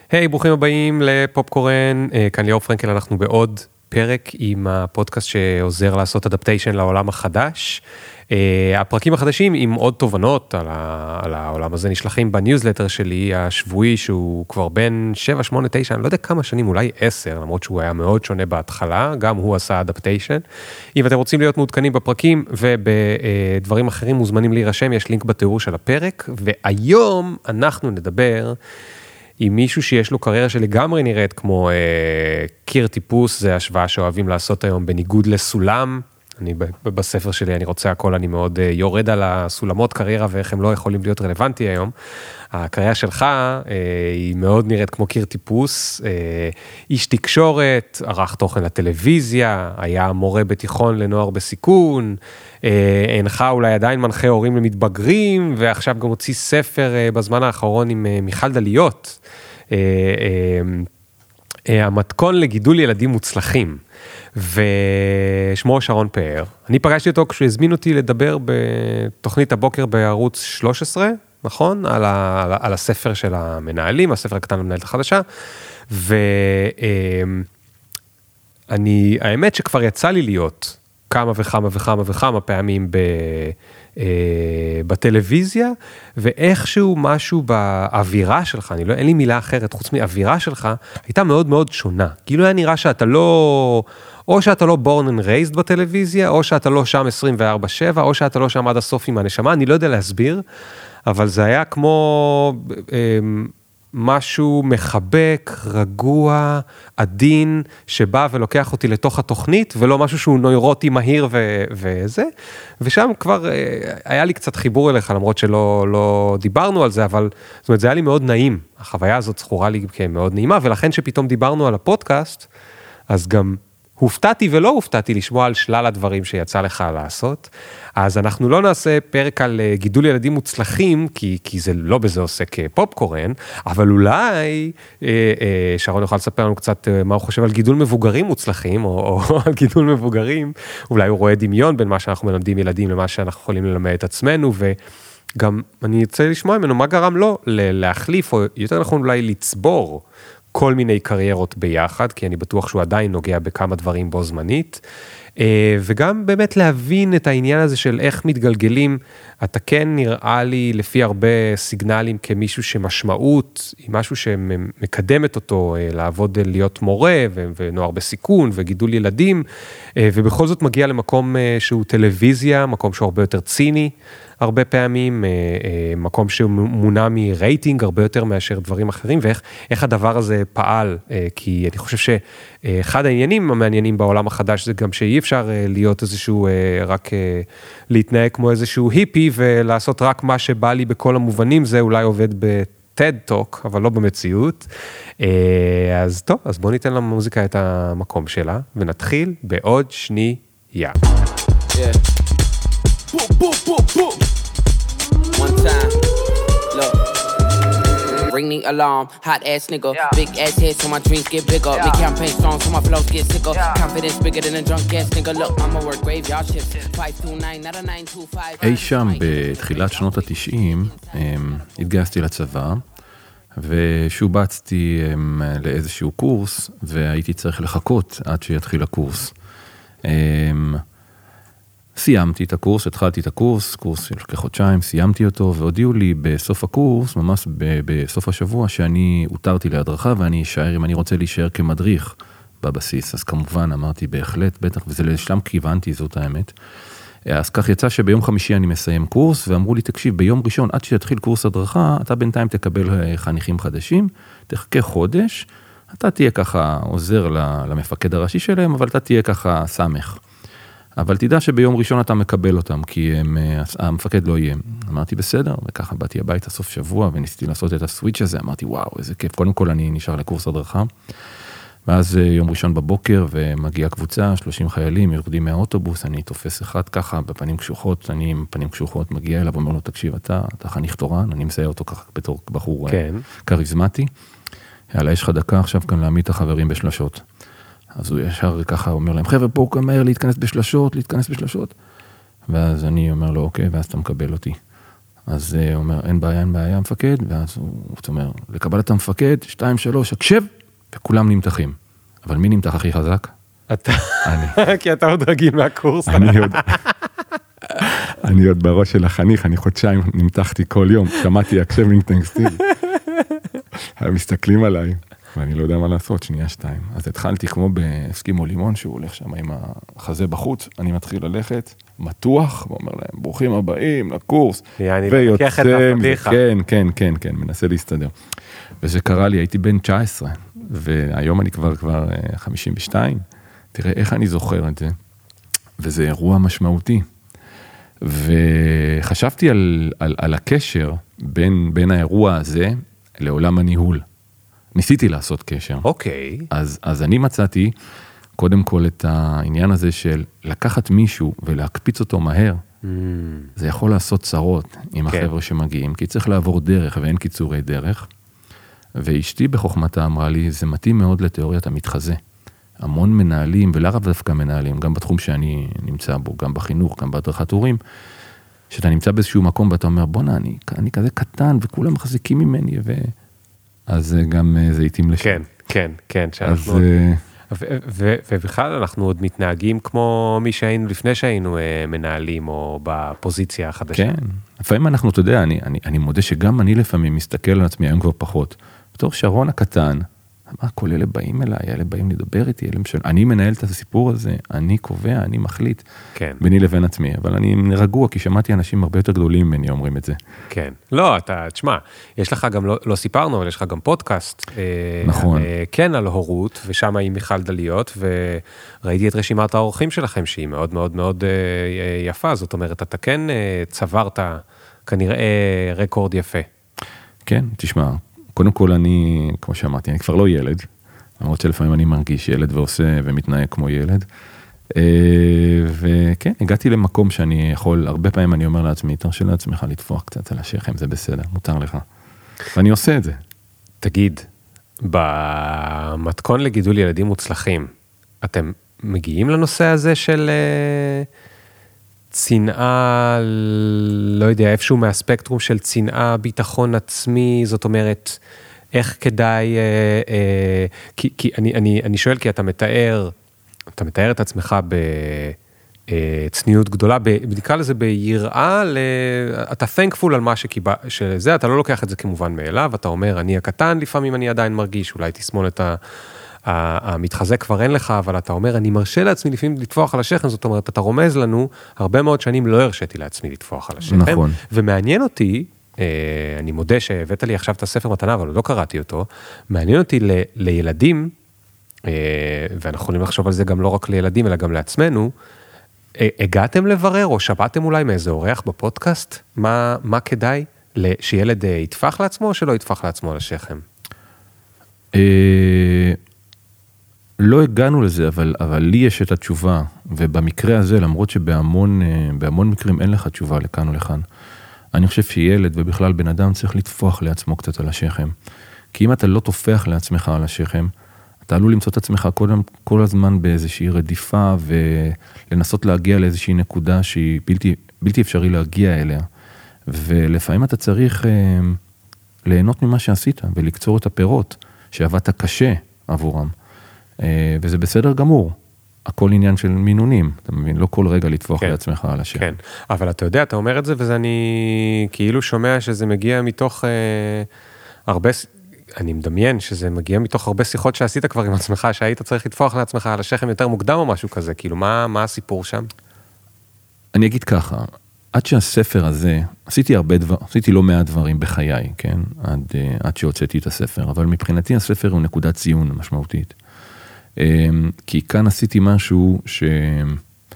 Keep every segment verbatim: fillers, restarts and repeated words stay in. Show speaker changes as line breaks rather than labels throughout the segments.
היי, ברוכים הבאים לפופקורן, כאן ליאור פרנקל, אנחנו בעוד פרק עם הפודקאסט שעוזר לעשות אדפטיישן לעולם החדש. הפרקים החדשים עם עוד תובנות על, ה, על העולם הזה נשלחים בניוזלטר שלי השבועי, שהוא כבר בין שבע, שמונה, תשע, אני לא יודע כמה שנים, אולי עשר, למרות שהוא היה מאוד שונה בהתחלה, גם הוא עשה אדפטיישן. אם אתם רוצים להיות מעודכנים בפרקים ובדברים אחרים מוזמנים להירשם, יש לינק בתיאור של הפרק, והיום אנחנו נדבר עם מישהו שיש לו קריירה שלגמרי נראית כמו אה, קיר טיפוס, זה השוואה שאוהבים לעשות היום בניגוד לסולם. אני בספר שלי, אני רוצה הכל, אני מאוד אה, יורד על הסולמות קריירה ואיך הם לא יכולים להיות רלוונטי היום. הקריירה שלך אה, היא מאוד נראית כמו קיר טיפוס, אה, איש תקשורת, ערך תוכן לטלוויזיה, היה מורה בתיכון לנוער בסיכון, אה, הנחה אולי עדיין מנחה הורים למתבגרים, ועכשיו גם הוציא ספר אה, בזמן האחרון עם אה, מיכל דליות, אה, אה, אה, המתכון לגידול ילדים מוצלחים. ושמו שרון פאר. אני פגשתי אותו כשהזמין אותי לדבר בתוכנית הבוקר בערוץ שלוש עשרה, נכון? על, ה, על, על הספר של המנהלים, הספר הקטן למנהלת החדשה, ואני, האמת שכבר יצא לי להיות כמה וכמה וכמה וכמה פעמים ב... בטלוויזיה, ואיכשהו משהו באווירה שלך, אני לא, אין לי מילה אחרת, חוץ מאווירה שלך, הייתה מאוד מאוד שונה. כאילו היה נראה שאתה לא, או שאתה לא born and raised בטלוויזיה, או שאתה לא שם עשרים וארבע שבע, או שאתה לא שם עד הסוף עם הנשמה, אני לא יודע להסביר, אבל זה היה כמו משהו מחבק, רגוע, עדין, שבא ולוקח אותי לתוך התוכנית, ולא משהו שהוא נוירוטי מהיר ו- וזה, ושם כבר היה לי קצת חיבור אליך, למרות שלא לא דיברנו על זה, אבל זאת אומרת, זה היה לי מאוד נעים, החוויה הזאת זכורה לי כמאוד נעימה, ולכן שפתאום דיברנו על הפודקאסט, אז גם הופתעתי ולא הופתעתי לשמוע על שלל הדברים שיצא לך לעשות, אז אנחנו לא נעשה פרק על גידול ילדים מוצלחים, כי, כי זה לא בזה עוסק פופקורן, אבל אולי אה, אה, שרון יוכל לספר לנו קצת מה הוא חושב על גידול מבוגרים מוצלחים, או, או על גידול מבוגרים, אולי הוא רואה דמיון בין מה שאנחנו מלמדים ילדים למה שאנחנו יכולים ללמד את עצמנו, וגם אני רוצה לשמוע ממנו מה גרם לו להחליף, או יותר נכון אולי לצבור, כל מיני קריירות ביחד, כי אני בטוח שהוא עדיין נוגע בכמה דברים בו זמנית, וגם באמת להבין את העניין הזה של איך מתגלגלים, אתה כן נראה לי לפי הרבה סיגנלים כמישהו שמשמעות, היא משהו שמקדמת אותו לעבוד להיות מורה, ונוער בסיכון, וגידול ילדים, ובכל זאת מגיע למקום שהוא טלוויזיה, מקום שהוא הרבה יותר ציני, הרבה פעמים, מקום שמונע מרייטינג הרבה יותר מאשר דברים אחרים, ואיך איך הדבר הזה פעל, כי אני חושב שאחד העניינים המעניינים בעולם החדש, זה גם שאי אפשר להיות איזשהו, רק להתנהג כמו איזשהו היפי, ולעשות רק מה שבא לי בכל המובנים, זה אולי עובד בטד טוק, אבל לא במציאות. אז טוב, אז בוא ניתן למוזיקה את המקום שלה, ונתחיל בעוד שנייה. Yeah. Boop, boop, boop, boop. One time, look. Ring the alarm, hot ass nigga. Yeah. Big ass head so my dreams get bigger. Yeah. Big campaign strong so my flows get sicker. Yeah. Confidence bigger than a drunk ass nigga. Look, I'ma work graveyard shift. five two nine, not a nine two five. אי שם בתחילת שנות התשעים, התגייסתי לצבא, ושובצתי לאיזשהו קורס, והייתי צריך לחכות עד שיתחיל הקורס. סיימתי את הקורס, התחלתי את הקורס, קורס של כחודשיים, סיימתי אותו, והודיעו לי בסוף הקורס, ממש בסוף השבוע, שאני הותרתי להדרכה, ואני אשאר, אם אני רוצה להישאר כמדריך בבסיס, אז כמובן אמרתי בהחלט, בטח, וזה לשלם כיוונתי, זאת האמת. אז כך יצא שביום חמישי אני מסיים קורס, ואמרו לי, תקשיב, ביום ראשון, עד שיתחיל קורס הדרכה, אתה בינתיים תקבל חניכים חדשים, תחכה חודש, אתה תהיה ככה עוזר למפקד הראשי שלהם, אבל אתה תהיה ככה סמך. אבל תדע שביום ראשון אתה מקבל אותם, כי הם, המפקד לא יהיה. אמרתי, בסדר, וככה באתי הביתה סוף שבוע, וניסיתי לעשות את הסוויץ' הזה, אמרתי, וואו, איזה כיף. קודם כל אני נשאר לקורס הדרכה, ואז יום ראשון בבוקר, ומגיעה קבוצה, שלושים חיילים, יורדים מהאוטובוס, אני תופס אחד ככה, בפנים קשוחות, אני עם פנים קשוחות, מגיע אליו, אומר לו, תקשיב, אתה, אתה חניך תורן, אני מסייע אותו ככה בתור בחור כן. קריזמטי, יאללה, יש לך דקה עכשיו כאן להעמיד את החברים בשלשות. אז הוא ישר ככה אומר להם, חבר'ה, פה מהר להתכנס בשלשות, להתכנס בשלשות. ואז אני אומר לו, אוקיי, ואז אתה מקבל אותי.
אז הוא אומר, אין בעיה, אין בעיה, מפקד, ואז הוא אומר, לקבלת המפקד, שתיים, שלוש, הקשב, וכולם נמתחים. אבל מי נמתח הכי חזק?
אתה.
אני.
כי אתה עוד רגיל מהקורס.
אני עוד. אני עוד בראש של החניך, אני חודשיים נמתחתי כל יום, שמעתי הקשב אינטנסיבי. הם מסתכלים עליי, ואני לא יודע מה לעשות, שנייה שתיים. אז התחלתי כמו באסקימו לימון, שהוא הולך שם עם החזה בחוץ, אני מתחיל ללכת, מתוח, ואומר להם, ברוכים הבאים לקורס, ויוצא, כן, כן, כן, כן, מנסה להסתדר. וזה קרה לי, הייתי בן תשע עשרה, והיום אני כבר כבר חמישים ושתיים, תראה איך אני זוכר את זה, וזה אירוע משמעותי. וחשבתי על, על, על הקשר בין, בין האירוע הזה לעולם הניהול. ניסיתי לעשות קשר.
אוקיי.
אז, אז אני מצאתי קודם כל את העניין הזה של לקחת מישהו ולהקפיץ אותו מהר. Mm. זה יכול לעשות צרות עם כן. החבר'ה שמגיעים, כי צריך לעבור דרך ואין קיצורי דרך. ואשתי בחוכמתה אמרה לי, זה מתאים מאוד לתיאוריית המתחזה. המון מנהלים, ולא דווקא מנהלים, גם בתחום שאני נמצא בו, גם בחינוך, גם בהדרכת הורים, שאתה נמצא באיזשהו מקום ואתה אומר, בוא נה, אני, אני כזה קטן וכולם מחזיקים ממני, ו... אז גם זה התאים לשם.
כן, כן, כן.
אז...
עוד... ו- ו- ובכלל אנחנו עוד מתנהגים כמו מי שהיינו לפני שהיינו מנהלים או בפוזיציה החדשה.
כן, לפעמים אנחנו, אתה יודע, אני, אני, אני מודה שגם אני לפעמים מסתכל על עצמי, היום כבר פחות, בתור שרון הקטן, מה, כל אלה באים אליי, אלה באים לדבר איתי, אלה משל... אני מנהל את הסיפור הזה, אני קובע, אני מחליט, כן. ביני לבין עצמי, אבל אני רגוע, כי שמעתי אנשים הרבה יותר גדולים ממני אומרים את זה.
כן, לא, אתה, תשמע, יש לך גם, לא, לא סיפרנו, אבל יש לך גם פודקאסט,
נכון.
אה, כן, על הורות, ושם היא מיכל דליות, וראיתי את רשימת האורחים שלכם, שהיא מאוד מאוד מאוד אה, יפה, זאת אומרת, אתה כן אה, צברת כנראה רקורד יפה.
כן, תשמע, קודם כל אני, כמו שאמרתי, אני כבר לא ילד, למרות שלפעמים אני מרגיש ילד ועושה ומתנהג כמו ילד, וכן, הגעתי למקום שאני יכול, הרבה פעמים אני אומר לעצמי, תרשה לעצמך לטפוח קצת על השכם, זה בסדר, מותר לך. ואני עושה את זה.
תגיד, במתכון לגידול ילדים מוצלחים, אתם מגיעים לנושא הזה של צנעה, לא יודע, איפשהו מהספקטרום של צנעה, ביטחון עצמי, זאת אומרת, איך כדאי, אה, אה, כי, כי אני, אני, אני שואל, כי אתה מתאר, אתה מתאר את עצמך בצניעות גדולה, בדיקה לזה ביראה, אתה thankful על מה שקיבל, שזה, אתה לא לוקח את זה כמובן מאליו, אתה אומר, אני הקטן, לפעמים אני עדיין מרגיש, אולי תסמול את ה... המתחזק כבר אין לך, אבל אתה אומר, אני מרשה לעצמי לפעמים לטפוח על השכם, זאת אומרת, אתה רומז לנו, הרבה מאוד שנים לא הרשיתי לעצמי לטפוח על השכם.
נכון.
ומעניין אותי, אני מודה שהבאת לי עכשיו את הספר מתנה, אבל לא קראתי אותו, מעניין אותי ל, לילדים, ואנחנו יכולים לחשוב על זה גם לא רק לילדים, אלא גם לעצמנו, הגעתם לברר, או שבאתם אולי מאיזה אורח בפודקאסט, מה, מה כדאי שילד יטפח לעצמו, או שלא יטפח לעצמו על השכם?
לא הגענו לזה, אבל, אבל לי יש את התשובה, ובמקרה הזה, למרות שבהמון בהמון מקרים אין לך תשובה לכאן או לכאן, אני חושב שילד ובכלל בן אדם צריך לטפוח לעצמו קצת על השכם. כי אם אתה לא תופח לעצמך על השכם, אתה עלול למצוא את עצמך כל, כל הזמן באיזושהי רדיפה, ולנסות להגיע לאיזושהי נקודה שהיא בלתי, בלתי אפשרי להגיע אליה. ולפעמים אתה צריך אה, ליהנות ממה שעשית, ולקצור את הפירות, שעבדת קשה עבורם. אה, וזה בסדר גמור. הכל עניין של מינונים, אתה מבין? לא כל רגע לטפוח כן, לעצמך על השם.
כן, אבל אתה יודע, אתה אומר את זה, וזה אני כאילו שומע שזה מגיע מתוך אה, הרבה, אני מדמיין שזה מגיע מתוך הרבה שיחות שעשית כבר עם עצמך, שהיית צריך לטפוח לעצמך על השכם יותר מוקדם או משהו כזה, כאילו מה, מה הסיפור שם?
אני אגיד ככה, עד שהספר הזה, עשיתי הרבה דבר, עשיתי לא מעט דברים בחיי, כן? עד, עד שהוצאתי את הספר, אבל מבחינתי הספר הוא נקודת ציון משמעותית. כי כאן עשיתי משהו שלא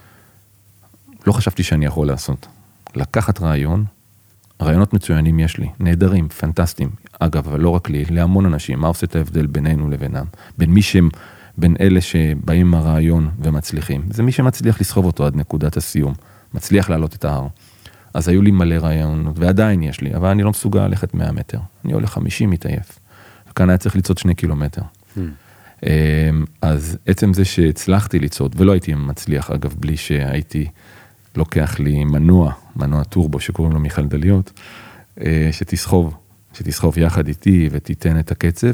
חשבתי שאני יכול לעשות. לקחת רעיון, רעיונות מצוינים יש לי, נהדרים, פנטסטיים. אגב, אבל לא רק לי, להמון אנשים, מה עושה את ההבדל בינינו לבינם? בין מי שהם, בין אלה שבאים עם הרעיון ומצליחים. זה מי שמצליח לסחוב אותו עד נקודת הסיום, מצליח לעלות את ההר. אז היו לי מלא רעיונות, ועדיין יש לי, אבל אני לא מסוגל ללכת מאה מטר. אני עולה חמישים מתעייף. וכאן היה צריך לצעוד שני קילומטר. Hmm. אז עצם זה שהצלחתי לצעוד, ולא הייתי מצליח, אגב, בלי שהייתי לוקח לי מנוע, מנוע טורבו שקוראים לו מיכל דליות, שתסחוב, שתסחוב יחד איתי ותיתן את הקצב.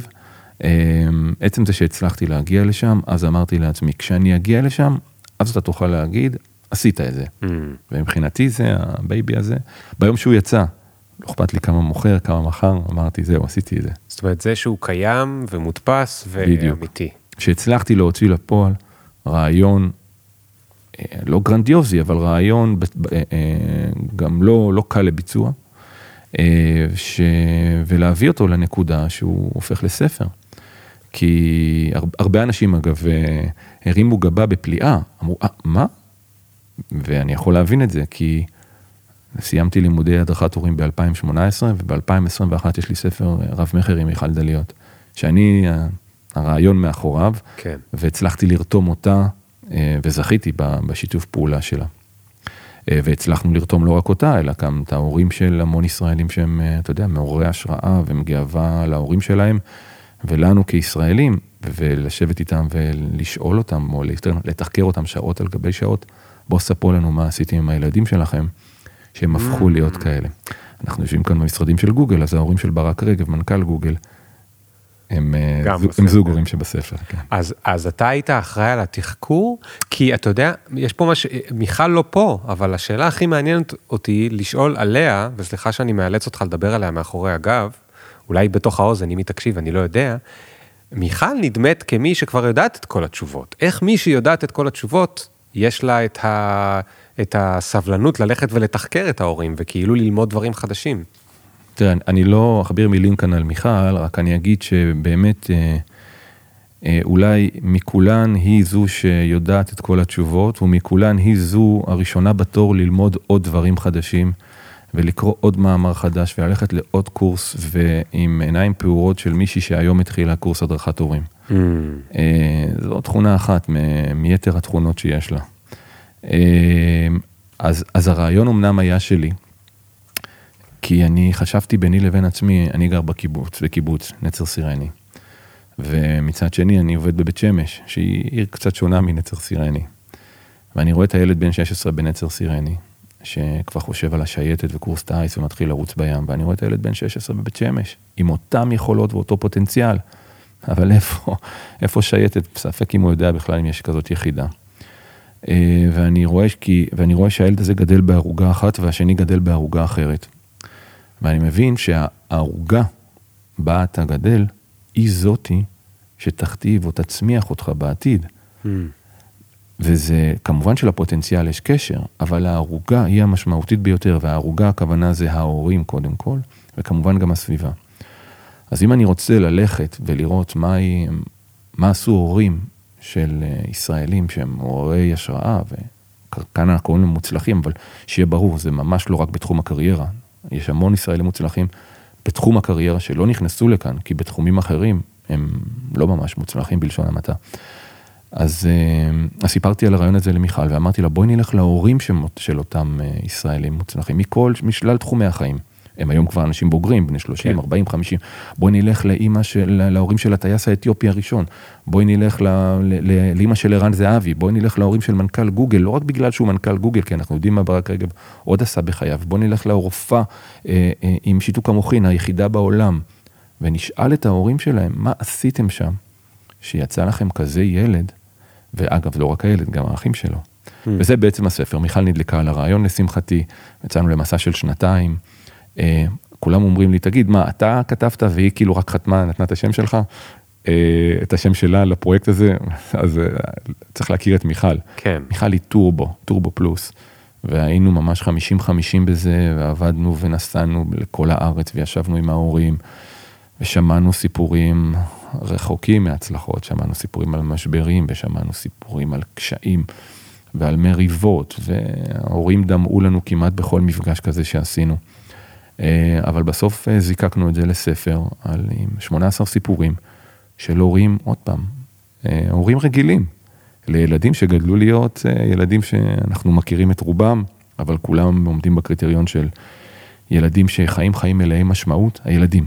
עצם זה שהצלחתי להגיע לשם, אז אמרתי לעצמי, כשאני אגיע לשם, אז אתה תוכל להגיד, עשית את זה. Mm. ומבחינתי זה, הבייבי הזה, ביום שהוא יצא, לא אכפת לי כמה מוכר, כמה מחר, אמרתי, זהו, עשיתי את זה.
זאת אומרת, זה שהוא קיים ומודפס ואמיתי.
שהצלחתי להוציא לפועל רעיון, לא גרנדיוזי, אבל רעיון גם לא, לא קל לביצוע, ש... ולהביא אותו לנקודה שהוא הופך לספר. כי הרבה אנשים, אגב, הרימו גבה בפליאה, אמרו, אה, מה? ואני יכול להבין את זה, כי סיימתי לימודי הדרכת הורים ב-אלפיים שמונה עשרה, וב-אלפיים עשרים ואחת יש לי ספר רב מחר עם מיכל דליות, שאני הרעיון מאחוריו, כן. והצלחתי לרתום אותה, וזכיתי בשיתוף פעולה שלה. והצלחנו לרתום לא רק אותה, אלא גם את ההורים של המון ישראלים שהם, אתה יודע, מעוררי השראה ומגאווה להורים שלהם, ולנו כישראלים, ולשבת איתם ולשאול אותם, או לתחקר אותם שעות על גבי שעות, בוא ספרו לנו מה עשיתם עם הילדים שלכם, שהם הפכו להיות כאלה. אנחנו יושבים כאן במשרדים של גוגל, אז ההורים של ברק רגב, מנכ"ל גוגל, הם, הם זוג הורים שבספר. כן.
אז, אז אתה היית אחראי על התחקור, כי אתה יודע, יש פה מש... מיכל לא פה, אבל השאלה הכי מעניינת אותי לשאול עליה, וסליחה שאני מאלץ אותך לדבר עליה מאחורי הגב, אולי בתוך האוזן, אם היא תקשיב, אני לא יודע, מיכל נדמת כמי שכבר יודעת את כל התשובות. איך מי שיודעת את כל התשובות, יש לה את, ה... את הסבלנות ללכת ולתחקר את ההורים, וכאילו ללמוד דברים חדשים.
תראה, אני לא אכביר מילים כאן על מיכל, רק אני אגיד שבאמת אה, אה, אולי מכולן היא זו שיודעת את כל התשובות, ומכולן היא זו הראשונה בתור ללמוד עוד דברים חדשים, ולקרוא עוד מאמר חדש, וללכת לעוד קורס, ועם עיניים פעורות של מישהי שהיום התחילה קורס הדרכת הורים. Mm. אה, זו תכונה אחת מ- מיתר התכונות שיש לה. אה, אז, אז הרעיון אמנם היה שלי, כי אני חשבתי ביני לבין עצמי, אני גר בקיבוץ, בקיבוץ, נצר סירני. ומצד שני, אני עובד בבית שמש, שהיא עיר קצת שונה מנצר סירני. ואני רואה את הילד בן שש עשרה בנצר סירני, שכבר חושב על השייטת וקורס טייס ומתחיל לרוץ בים, ואני רואה את הילד בן שש עשרה בבית שמש, עם אותם יכולות ואותו פוטנציאל. אבל איפה, איפה שייטת? ספק אם הוא יודע בכלל אם יש כזאת יחידה. ואני רואה, ואני רואה שהילד הזה גדל בערוגה אחת, והשני גדל בערוגה אחרת. ואני מבין שהערוגה בה אתה גדל, היא זאתי שתכתיב או תצמיח אותך בעתיד. Mm. וזה, כמובן שלפוטנציאל יש קשר, אבל הערוגה היא המשמעותית ביותר, והערוגה הכוונה זה ההורים קודם כל, וכמובן גם הסביבה. אז אם אני רוצה ללכת ולראות מה, היא, מה עשו הורים של ישראלים שהם הורי השראה, וכאן אנחנו קוראים להם מוצלחים, אבל שיהיה ברור, זה ממש לא רק בתחום הקריירה. יש המון ישראלים מוצלחים בתחום הקריירה שלא נכנסו לכאן, כי בתחומים אחרים הם לא ממש מוצלחים בלשון המעטה. אז, אז סיפרתי על הרעיון הזה למיכל, ואמרתי לה, בואי נלך להורים של אותם ישראלים מוצלחים, מכל, משלל תחומי החיים. הם היום כבר אנשים בוגרים, בני שלושים, ארבעים, חמישים. בואי נלך לאמא של, להורים של הטייס האתיופי הראשון. בואי נלך לאמא של ערן זהבי. בואי נלך להורים של מנכ"ל גוגל, לא רק בגלל שהוא מנכ"ל גוגל, כי אנחנו יודעים מה ברק רגב עוד עשה בחייו. בואי נלך לרופאה אה, אה, עם שיתוק המוחין, היחידה בעולם, ונשאל את ההורים שלהם, מה עשיתם שם? שיצא לכם כזה ילד, ואגב, לא רק הילד, גם האחים שלו. Hmm. וזה בעצם הספר. מיכל נדלקה על הרעיון לשמחתי, יצאנו למסע של שנתיים, כולם אומרים לי, תגיד, מה, אתה כתבת והיא כאילו רק חתמה, נתנה את השם שלך, את השם שלה לפרויקט הזה, אז צריך להכיר את מיכל.
כן.
מיכל היא טורבו, טורבו פלוס, והיינו ממש חמישים חמישים בזה, ועבדנו ונסענו לכל הארץ, וישבנו עם ההורים, ושמענו סיפורים רחוקים מהצלחות, שמענו סיפורים על משברים, ושמענו סיפורים על קשיים, ועל מריבות, וההורים דמעו לנו כמעט בכל מפגש כזה שעשינו. אבל בסוף זיקקנו את זה לספר, על שמונה עשר סיפורים, של הורים, עוד פעם, הורים רגילים, לילדים שגדלו להיות ילדים שאנחנו מכירים את רובם, אבל כולם עומדים בקריטריון של ילדים שחיים חיים מלאי משמעות, הילדים.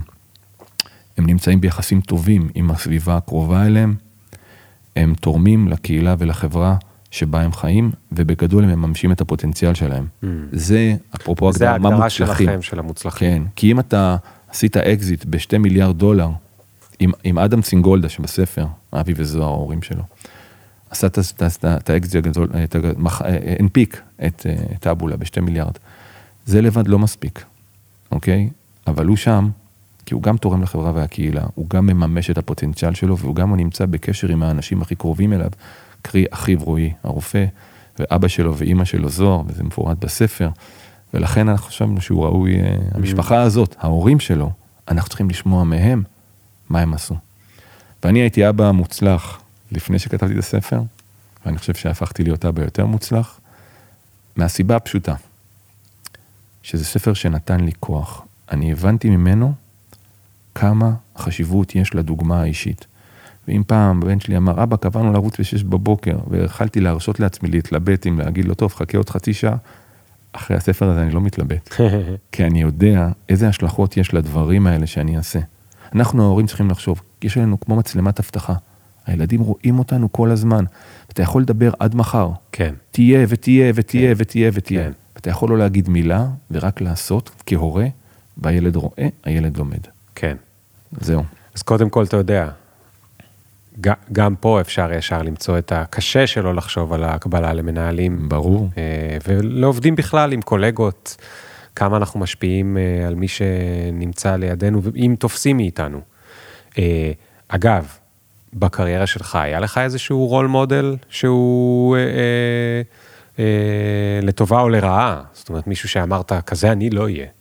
הם נמצאים ביחסים טובים עם הסביבה הקרובה אליהם, הם תורמים לקהילה ולחברה שבה הם חיים, ובגדול הם מממשים את הפוטנציאל שלהם. Mm. זה, אפרופו
הגדרה, מה מוצלחים. זה ההגדרה שלכם של המוצלחים.
כן, כי אם אתה עשית אקזיט בשתי מיליארד דולר, עם, עם אדם צינגולדה שבספר, אבי וזוהר, ההורים שלו, עשה את האקזיט הגדול, הנפיק את טאבולה בשתי מיליארד. זה לבד לא מספיק, אוקיי? אבל הוא שם, כי הוא גם תורם לחברה והקהילה, הוא גם מממש את הפוטנציאל שלו, והוא גם נמצא בקשר עם האנשים הכי קרובים אליו, קרי אחיו רועי, הרופא, ואבא שלו ואימא שלו זוהר, וזה מפורט בספר, ולכן אנחנו חשבנו שהוא ראוי, המשפחה הזאת, ההורים שלו, אנחנו צריכים לשמוע מהם מה הם עשו. ואני הייתי אבא מוצלח לפני שכתבתי את הספר, ואני חושב שהפכתי להיות אבא יותר מוצלח, מהסיבה הפשוטה, שזה ספר שנתן לי כוח. אני הבנתי ממנו כמה חשיבות יש לדוגמה האישית. ואם פעם הבן שלי אמר, אבא, קבענו לרוץ בשש בבוקר, והחלתי להרשות לעצמי להתלבט, אם להגיד לו, טוב, חכה עוד חצי שעה, אחרי הספר הזה אני לא מתלבט. כי אני יודע איזה השלכות יש לדברים האלה שאני אעשה. אנחנו ההורים צריכים לחשוב, יש לנו כמו מצלמת הבטחה. הילדים רואים אותנו כל הזמן. אתה יכול לדבר עד מחר.
כן.
תהיה ותהיה ותהיה ותהיה ותהיה. כן. אתה יכול לא להגיד מילה, ורק לעשות כהורה, והילד רואה, הילד לומד.
כן.
זהו.
אז קודם כל אתה יודע, גם פה אפשר ישר למצוא את הקשה שלו לחשוב על ההקבלה למנהלים.
ברור.
ולעובדים בכלל עם קולגות, כמה אנחנו משפיעים על מי שנמצא לידינו, אם תופסים מאיתנו. אגב, בקריירה שלך, היה לך איזשהו רול מודל שהוא אה, אה, לטובה או לרעה? זאת אומרת, מישהו שאמרת, כזה אני לא אהיה.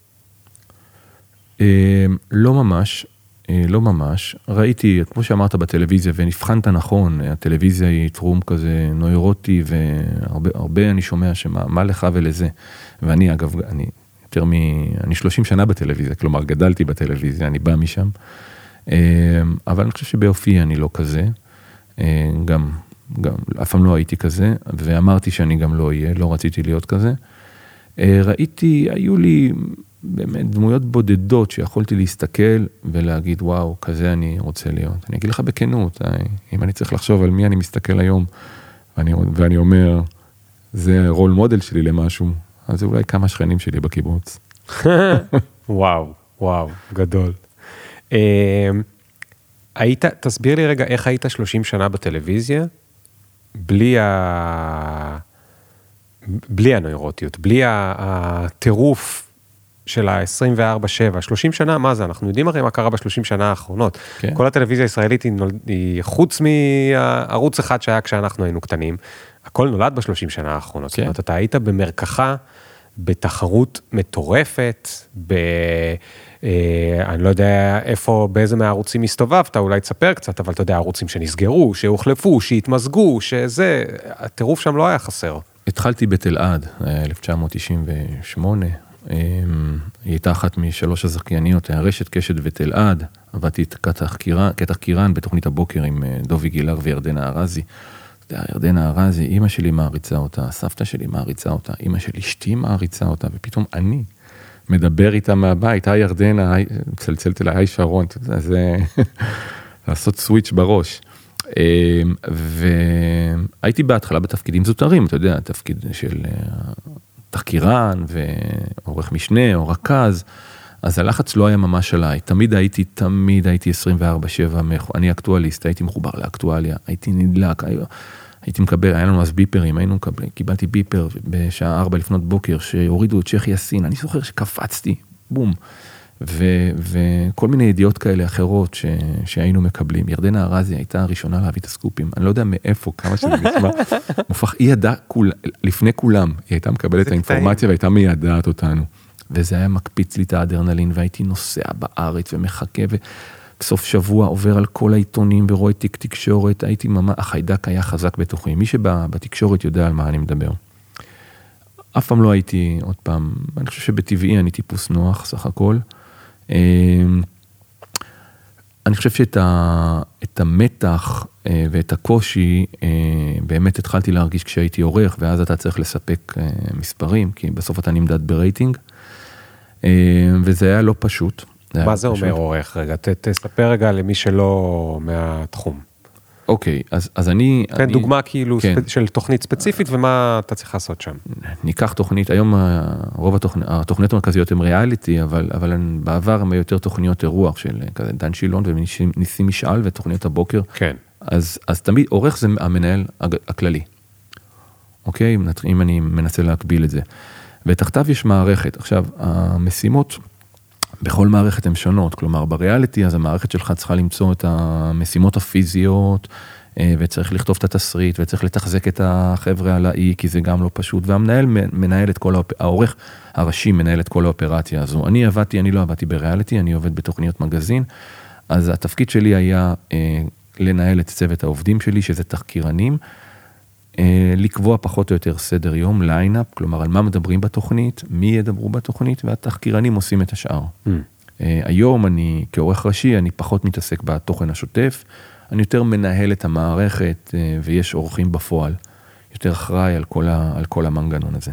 אה, לא ממש, אה, לא ממש. ראיתי, כמו שאמרת בטלוויזיה, ונבחנת נכון, הטלוויזיה היא תחום כזה נוירוטי, והרבה הרבה אני שומע שמה מה לך ולזה. ואני, אגב, אני יותר מ... אני שלושים שנה בטלוויזיה, כלומר, גדלתי בטלוויזיה, אני בא משם. אבל אני חושב שביופי אני לא כזה, גם, גם, אף פעם לא הייתי כזה, ואמרתי שאני גם לא אהיה, לא רציתי להיות כזה. ראיתי, היו לי באמת דמויות בודדות שיכולתי להסתכל ולהגיד, וואו, כזה אני רוצה להיות. אני אגיד לך בכנות, אם אני צריך לחשוב על מי אני מסתכל היום, ואני, ואני אומר, זה רול מודל שלי למשהו, אז זה אולי כמה שכנים שלי בקיבוץ.
וואו, וואו, גדול. היית, תסביר לי רגע, איך היית שלושים שנה בטלוויזיה, בלי ה... בלי הנוירוטיות, בלי הטירוף של ה-עשרים וארבע שבע, שלושים שנה, מה זה? אנחנו יודעים הרי מה קרה ב-שלושים שנה האחרונות. כן. כל הטלוויזיה הישראלית היא, נולד, היא חוץ מערוץ אחד שהיה כשאנחנו היינו קטנים, הכל נולד ב-שלושים שנה האחרונות. כן. זאת אומרת, אתה היית במרקחה, בתחרות מטורפת, ב... אני לא יודע איפה, באיזה מהערוצים הסתובבת, אולי תספר קצת, אבל אתה יודע, הערוצים שנסגרו, שהוחלפו, שהתמזגו, שזה, הטירוף שם לא היה חסר. התחלתי
בתל-עד, אלף תשע מאות תשעים ושמונה, היא הייתה אחת משלוש הזכייניות, הרשת קשת ותל-עד, עבדתי כתחקירן בתוכנית הבוקר עם דובי גילר וירדנה ארזי. ירדנה ארזי, אמא שלי מעריצה אותה, סבתא שלי מעריצה אותה, אמא שלי אשתי מעריצה אותה, ופתאום אני מדבר איתה מהבית, היי ירדנה, צלצלת אליי, היי שרון, זה לעשות סוויץ' בראש. והייתי בהתחלה בתפקידים זוטרים, אתה יודע, תפקיד של תחקירן ועורך משנה או רכז, אז הלחץ לא היה ממש עליי, תמיד הייתי, תמיד הייתי עשרים וארבע שבע, אני אקטואליסט, הייתי מחובר לאקטואליה, הייתי נדלק, הייתי מקבל, היה לנו אז ביפרים, היינו מקבל, קיבלתי ביפר בשעה ארבע לפנות בוקר, שהורידו את שייח יאסין, אני זוכר שקפצתי, בום, ו- וכל מיני ידיעות כאלה אחרות ש- שהיינו מקבלים. ירדנה ארזי הייתה הראשונה להביא את הסקופים, אני לא יודע מאיפה, כמה שזה נשמע, מופך, היא ידעה, כול, לפני כולם, היא הייתה מקבלת את האינפורמציה והייתה מיידעת אותנו. וזה היה מקפיץ לי את האדרנלין, והייתי נוסע בארץ ומחכה, ובסוף שבוע עובר על כל העיתונים ורואה תיק תקשורת, הייתי ממש, החיידק היה חזק בתוכי, מי שבתקשורת יודע על מה אני מדבר. אף פעם לא הייתי, עוד פעם, אני חושב שבטבעי אני טיפוס נוח סך הכל. אני חושב שאת ה, את המתח ואת הקושי, באמת התחלתי להרגיש כשהייתי עורך, ואז אתה צריך לספק מספרים, כי בסוף אתה נמדד ברייטינג, וזה היה לא פשוט.
מה זה אומר עורך? רגע, תספר רגע למי שלא מהתחום.
אוקיי, אז, אז אני...
כן,
אני,
דוגמה כאילו
כן.
ספ... של תוכנית ספציפית, ומה אתה צריך לעשות שם?
ניקח תוכנית, היום רוב התוכנ... התוכניות המרכזיות הן ריאליטי, אבל, אבל בעבר הן יותר תוכניות אירוח של כזה דן שילון וניסים משאל ותוכניות הבוקר.
כן.
אז, אז תמיד, עורך זה המנהל הכללי. אוקיי? אם אני מנסה להקביל את זה. ותחתיו יש מערכת. עכשיו, המשימות בכל מערכת הן שונות. כלומר, בריאליטי, אז המערכת שלך צריכה למצוא את המשימות הפיזיות, וצריך לכתוב את התסריט, וצריך לתחזק את החבר'ה על האי, כי זה גם לא פשוט. והמנהל מנהל את כל, העורך הראשי מנהל את כל האופרציה הזו. אני עבדתי, אני לא עבדתי בריאליטי, אני עובד בתוכניות מגזין. אז התפקיד שלי היה לנהל את צוות העובדים שלי, שזה תחקירנים, לקבוע פחות או יותר סדר יום, ליינאפ, כלומר על מה מדברים בתוכנית, מי ידברו בתוכנית, והתחקירנים עושים את השאר. Mm. היום אני, כעורך ראשי, אני פחות מתעסק בתוכן השוטף, אני יותר מנהל את המערכת, ויש עורכים בפועל, יותר אחראי על כל, ה, על כל המנגנון הזה.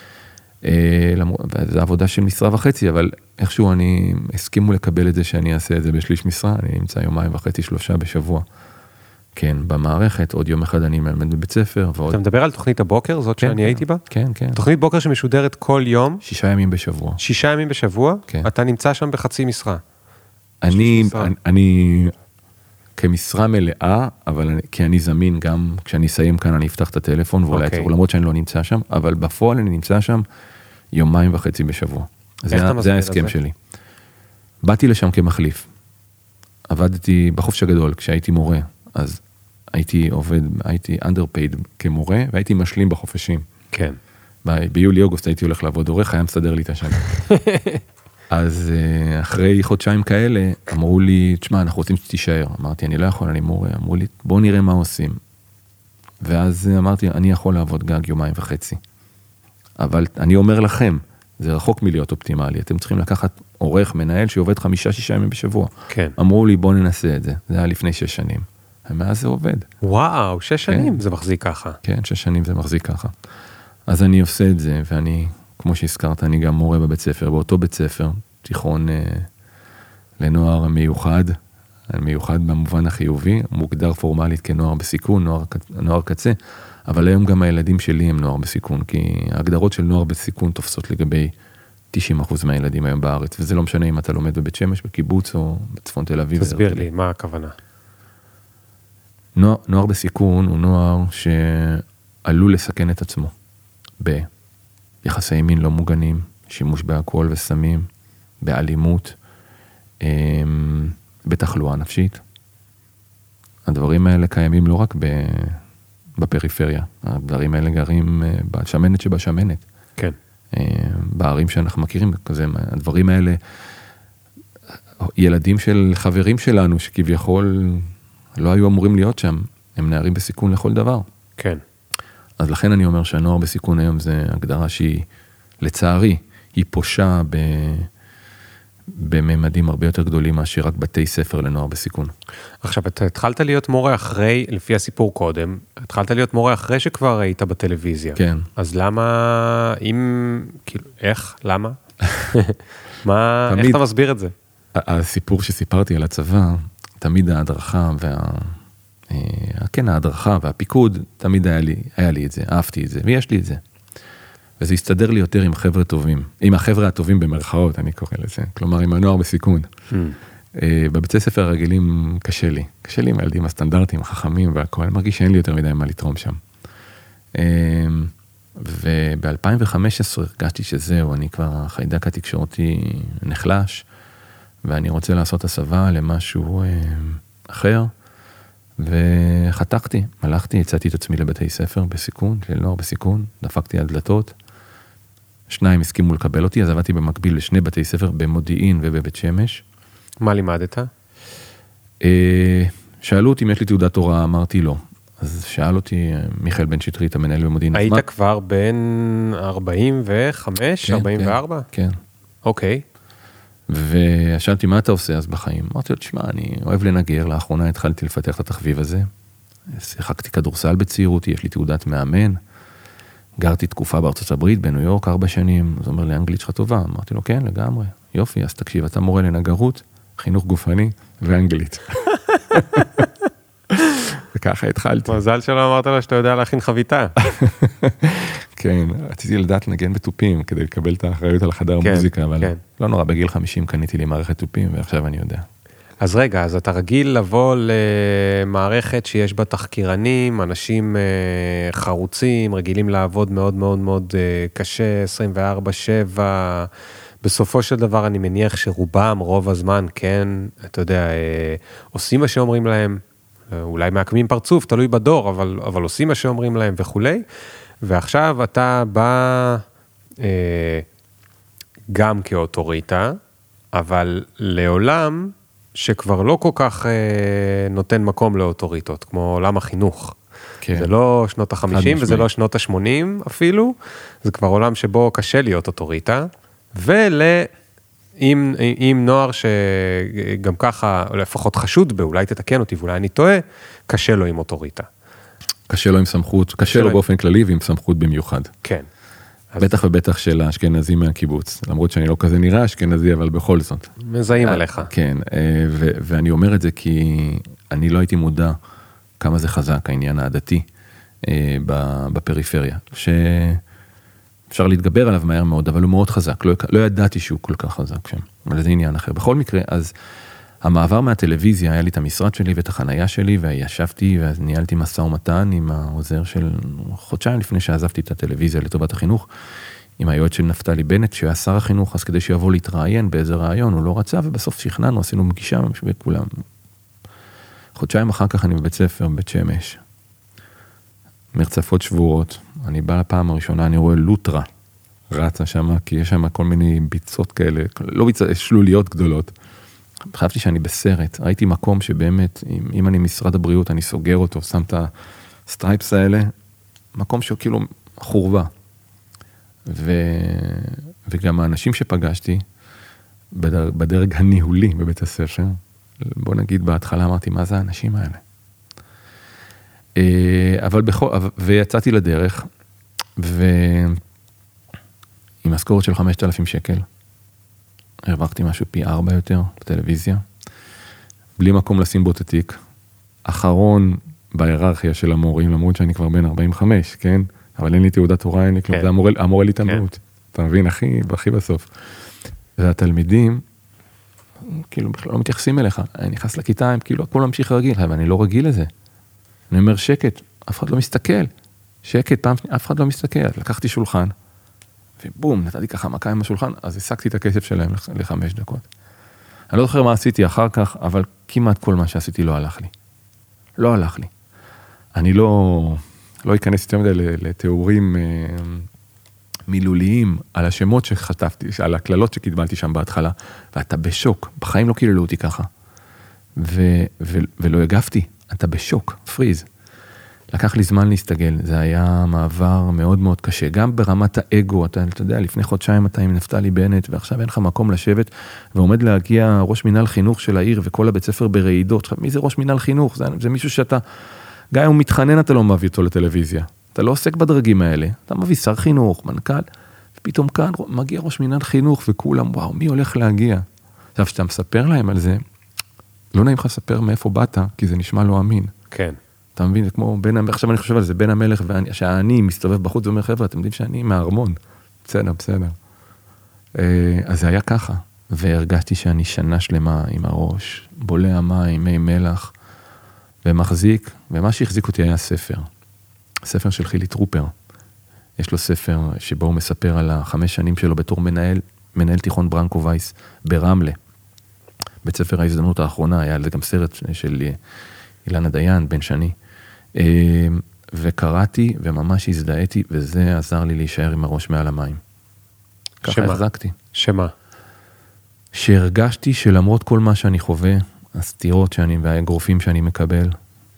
זו עבודה של משרה וחצי, אבל איכשהו אני הסכימו לקבל את זה שאני אעשה את זה בשליש משרה, אני נמצא יומיים וחצי, שלושה בשבוע. כן, במערכת, עוד יום אחד אני מלמד בבית ספר, ועוד...
אתה מדבר על תוכנית הבוקר, זאת שאני הייתי בה?
כן, כן.
תוכנית בוקר שמשודרת כל יום.
שישה ימים בשבוע.
שישה ימים בשבוע?
כן.
אתה נמצא שם בחצי משרה.
אני, אני, כמשרה מלאה, אבל כי אני זמין גם, כשאני אסיים כאן אני אפתח את הטלפון, ואולי אצלו, למרות שאני לא נמצא שם, אבל בפועל אני נמצא שם יומיים וחצי בשבוע. זה ההסכם שלי. באתי לשם כמחליף. עבדתי בחופש הגדול, כשהייתי מורה, אז הייתי עובד, הייתי underpaid כמורה, והייתי משלים בחופשים.
כן.
ביולי-אוגוסט הייתי הולך לעבוד עורך, היה מסדר לי את השנה. אז אחרי חודשיים כאלה, אמרו לי, תשמע, אנחנו רוצים שתישאר. אמרתי, אני לא יכול, אני מורה. אמרו לי, בואו נראה מה עושים. ואז אמרתי, אני יכול לעבוד גג יומיים וחצי. אבל אני אומר לכם, זה רחוק מלהיות אופטימלי. אתם צריכים לקחת עורך, מנהל, שעובד חמישה, שישה ימים בשבוע.
כן.
אמרו לי, בואו ננסה את זה. זה היה לפני שש שנים. ומאז זה עובד.
וואו, שש שנים זה מחזיק ככה.
כן, שש שנים זה מחזיק ככה. אז אני עושה את זה, ואני, כמו שהזכרת, אני גם מורה בבית ספר, באותו בית ספר, תיכון אה, לנוער מיוחד, מיוחד במובן החיובי, מוגדר פורמלית כנוער בסיכון, נוער, נוער קצה, אבל היום גם הילדים שלי הם נוער בסיכון, כי ההגדרות של נוער בסיכון תופסות לגבי תשעים אחוז מהילדים היום בארץ, וזה לא משנה אם אתה לומד בבית שמש, בקיבוץ או בצפון תל אביב.
תסביר לי, מה הכוונה?
נוער, נוער בסיכון הוא נוער שעלול לסכן את עצמו ביחסי מין לא מוגנים, שימוש באלכוהול וסמים, באלימות, בתחלואה נפשית. הדברים האלה קיימים לא רק בפריפריה, הדברים האלה גרים בשמנת שבשמנת.
כן.
בערים שאנחנו מכירים, כזה, הדברים האלה, ילדים של חברים שלנו שכביכול לא היו אמורים להיות שם, הם נערים בסיכון לכל דבר.
כן.
אז לכן אני אומר שהנוער בסיכון היום זה הגדרה שהיא, לצערי, היא פושה ב... בממדים הרבה יותר גדולים מאשר רק בתי ספר לנוער בסיכון.
עכשיו, אתה התחלת להיות מורה אחרי, לפי הסיפור קודם, התחלת להיות מורה אחרי שכבר היית בטלוויזיה.
כן.
אז למה, אם, כאילו, איך, למה? מה, איך אתה מסביר את זה?
הסיפור שסיפרתי על הצבא, תמיד ההדרכה וה... כן, ההדרכה והפיקוד, תמיד היה לי, היה לי את זה, אהבתי את זה, ויש לי את זה. וזה הסתדר לי יותר עם חבר'ה טובים, עם החבר'ה הטובים במרכאות, אני קורא לזה, כלומר עם הנוער בסיכון. Mm. בבית הספר הרגילים קשה לי, קשה לי עם הילדים הסטנדרטיים, החכמים והכל, אני מרגיש שאין לי יותר מדי מה לתרום שם. וב-אלפיים וחמש עשרה הרגשתי שזהו, אני כבר, החיידק התקשורתי נחלש, ואני רוצה לעשות הסבה למשהו אחר, וחתכתי, הלכתי, הצעתי את עצמי לבתי ספר בסיכון, של נוער בסיכון, דפקתי על דלתות, שניים הסכימו לקבל אותי, אז עבדתי במקביל לשני בתי ספר במודיעין ובבית שמש.
מה לימדת?
שאלו אותי אם יש לי תעודת הוראה, אמרתי לא. אז שאל אותי מיכאל בן שטרית, המנהל במודיעין.
היית כבר בין ארבעים וחמש, ארבעים וארבע?
כן.
אוקיי.
ושאלתי מה אתה עושה אז בחיים? אמרתי לו, תשמע, אני אוהב לנגר, לאחרונה התחלתי לפתח את התחביב הזה, שיחקתי כדורסל בצעירותי, יש לי תעודת מאמן, גרתי תקופה בארצות הברית, בניו יורק, ארבע שנים, אז אומר לי, האנגלית שלך טובה, אמרתי לו, כן, לגמרי, יופי, אז תקשיב, אתה מורה לנגרות, חינוך גופני ואנגלית. ככה התחלתי.
מזל שלא אמרת לה שאתה יודע להכין חביתה.
כן, רציתי לדעת נגן בתופים, כדי לקבל את האחריות על החדר
כן,
המוזיקה, אבל
כן.
לא נורא, בגיל חמישים קניתי לי מערכת תופים, ועכשיו אני יודע.
אז רגע, אז אתה רגיל לבוא למערכת שיש בה תחקירנים, אנשים חרוצים, רגילים לעבוד מאוד מאוד מאוד קשה, עשרים וארבע שבע, בסופו של דבר אני מניח שרובם, רוב הזמן, כן, אתה יודע, עושים מה שאומרים להם, אולי מעקמים פרצוף, תלוי בדור, אבל, אבל עושים מה שאומרים להם וכולי, ועכשיו אתה בא אה, גם כאוטוריטה, אבל לעולם שכבר לא כל כך אה, נותן מקום לאוטוריטות, כמו עולם החינוך. כן. זה לא שנות ה-חמישים וזה לא שנות ה-שמונים אפילו, זה כבר עולם שבו קשה להיות אוטוריטה, ול... עם, עם נוער שגם ככה, לפחות חשוד בה, אולי תתקן אותי ואולי אני טועה, קשה לו עם אוטוריטה.
קשה לו עם סמכות, קשה לו באופן כללי ועם סמכות במיוחד.
כן.
בטח ובטח של האשכנזים מהקיבוץ, למרות שאני לא כזה נראה אשכנזי, אבל בכל זאת.
מזהים עליך.
כן, ואני אומר את זה כי אני לא הייתי מודע כמה זה חזק, העניין העדתי בפריפריה, שאפשר להתגבר עליו מהר מאוד, אבל הוא מאוד חזק, לא ידעתי שהוא כל כך חזק שם, אבל זה עניין אחר. בכל מקרה, אז המעבר מהטלוויזיה, היה לי את המשרד שלי ואת החנייה שלי, וישבתי וניהלתי מסע ומתן עם העוזר של חודשיים לפני שעזבתי את הטלוויזיה לטובת החינוך, עם היועץ של נפתלי בנט, שהיה שר החינוך, אז כדי שיבוא להתראיין באיזה רעיון, הוא לא רצה, ובסוף שכנענו, עשינו פגישה וכולם. חודשיים אחר כך אני בבית ספר, בבית שמש, מרצפות שבורות, אני בא לפעם הראשונה, אני רואה לוטרה, רצה שם, כי יש שם כל מיני ביצות כאלה, לא ביצות, שלוליות גדולות. חשבתי שאני בסרט, ראיתי מקום שבאמת, אם, אם אני משרד הבריאות, אני סוגר אותו, שם את הסטרייפס האלה, מקום שהוא כאילו חורבה. ו, וגם האנשים שפגשתי, בדרג, בדרג הניהולי בבית הספר, בוא נגיד בהתחלה אמרתי, מה זה האנשים האלה? אבל בכל, ויצאתי לדרך, ועם משכורת של חמשת אלפים שקל, הרווחתי משהו פי ארבע יותר בטלוויזיה, בלי מקום לשים בו את התיק, אחרון בהיררכיה של המורים, למרות שאני כבר בן ארבעים וחמש, כן? אבל אין לי תעודת הוראה, אין לי כלום, זה המורה לי תמרות, אתה מבין, הכי, הכי בסוף. והתלמידים, כאילו בכלל לא מתייחסים אליך, אני נכנס לכיתה, הם כאילו הכל ממשיך רגיל, אבל אני לא רגיל לזה. אני אומר שקט, אף אחד לא מסתכל, שקט, פעם שני, אף אחד לא מסתכל, לקחתי שולחן, ובום, נתתי ככה מכה עם השולחן, אז הסקתי את הכסף שלהם לחמש דקות. אני לא זוכר מה עשיתי אחר כך, אבל כמעט כל מה שעשיתי לא הלך לי. לא הלך לי. אני לא, לא אכנס יותר מדי לתיאורים מילוליים על השמות שחטפתי, על הכללות שקיבלתי שם בהתחלה, ואתה בשוק, בחיים לא קיללו אותי ככה. ו, ו, ולא הגבתי, אתה בשוק, פריז. לקח לי זמן להסתגל, זה היה מעבר מאוד מאוד קשה, גם ברמת האגו, אתה, אתה יודע, לפני חודשיים אתה עם נפתלי בנט, ועכשיו אין לך מקום לשבת, ועומד להגיע ראש מנהל חינוך של העיר, וכל הבית ספר ברעידות, מי זה ראש מנהל חינוך? זה, זה מישהו שאתה, גם אם הוא מתחנן, אתה לא מביא אותו לטלוויזיה, אתה לא עוסק בדרגים האלה, אתה מביא שר חינוך, מנכ"ל, ופתאום כאן מגיע ראש מנהל חינוך, וכולם, וואו, מי הולך להגיע? עכשיו, שאתה מספר להם על זה, לא נעים לך לספר מאיפה באת, כי זה נשמע לא אמין.
כן.
אתה מבין, זה כמו, בין, עכשיו אני חושב על זה, בין המלך ואני, שאני מסתובב בחוץ ואומר, חבר'ה, אתם יודעים שאני מהארמון. בסדר, בסדר. אז זה היה ככה, והרגשתי שאני שנה שלמה עם הראש, בולע מים, מי מלח, ומחזיק, ומה שהחזיק אותי היה ספר. ספר של חילי טרופר. יש לו ספר שבו הוא מספר על החמש שנים שלו בתור מנהל, מנהל תיכון ברנקו וייס ברמלה. בית ספר ההזדמנות האחרונה, היה לזה גם סרט של אילנה דיין, בן שני. וקראתי וממש הזדהיתי, וזה עזר לי להישאר עם הראש מעל המים. ככה החזקתי.
שמה?
שהרגשתי שלמרות כל מה שאני חווה, הסתירות שאני, והאגרופים שאני מקבל,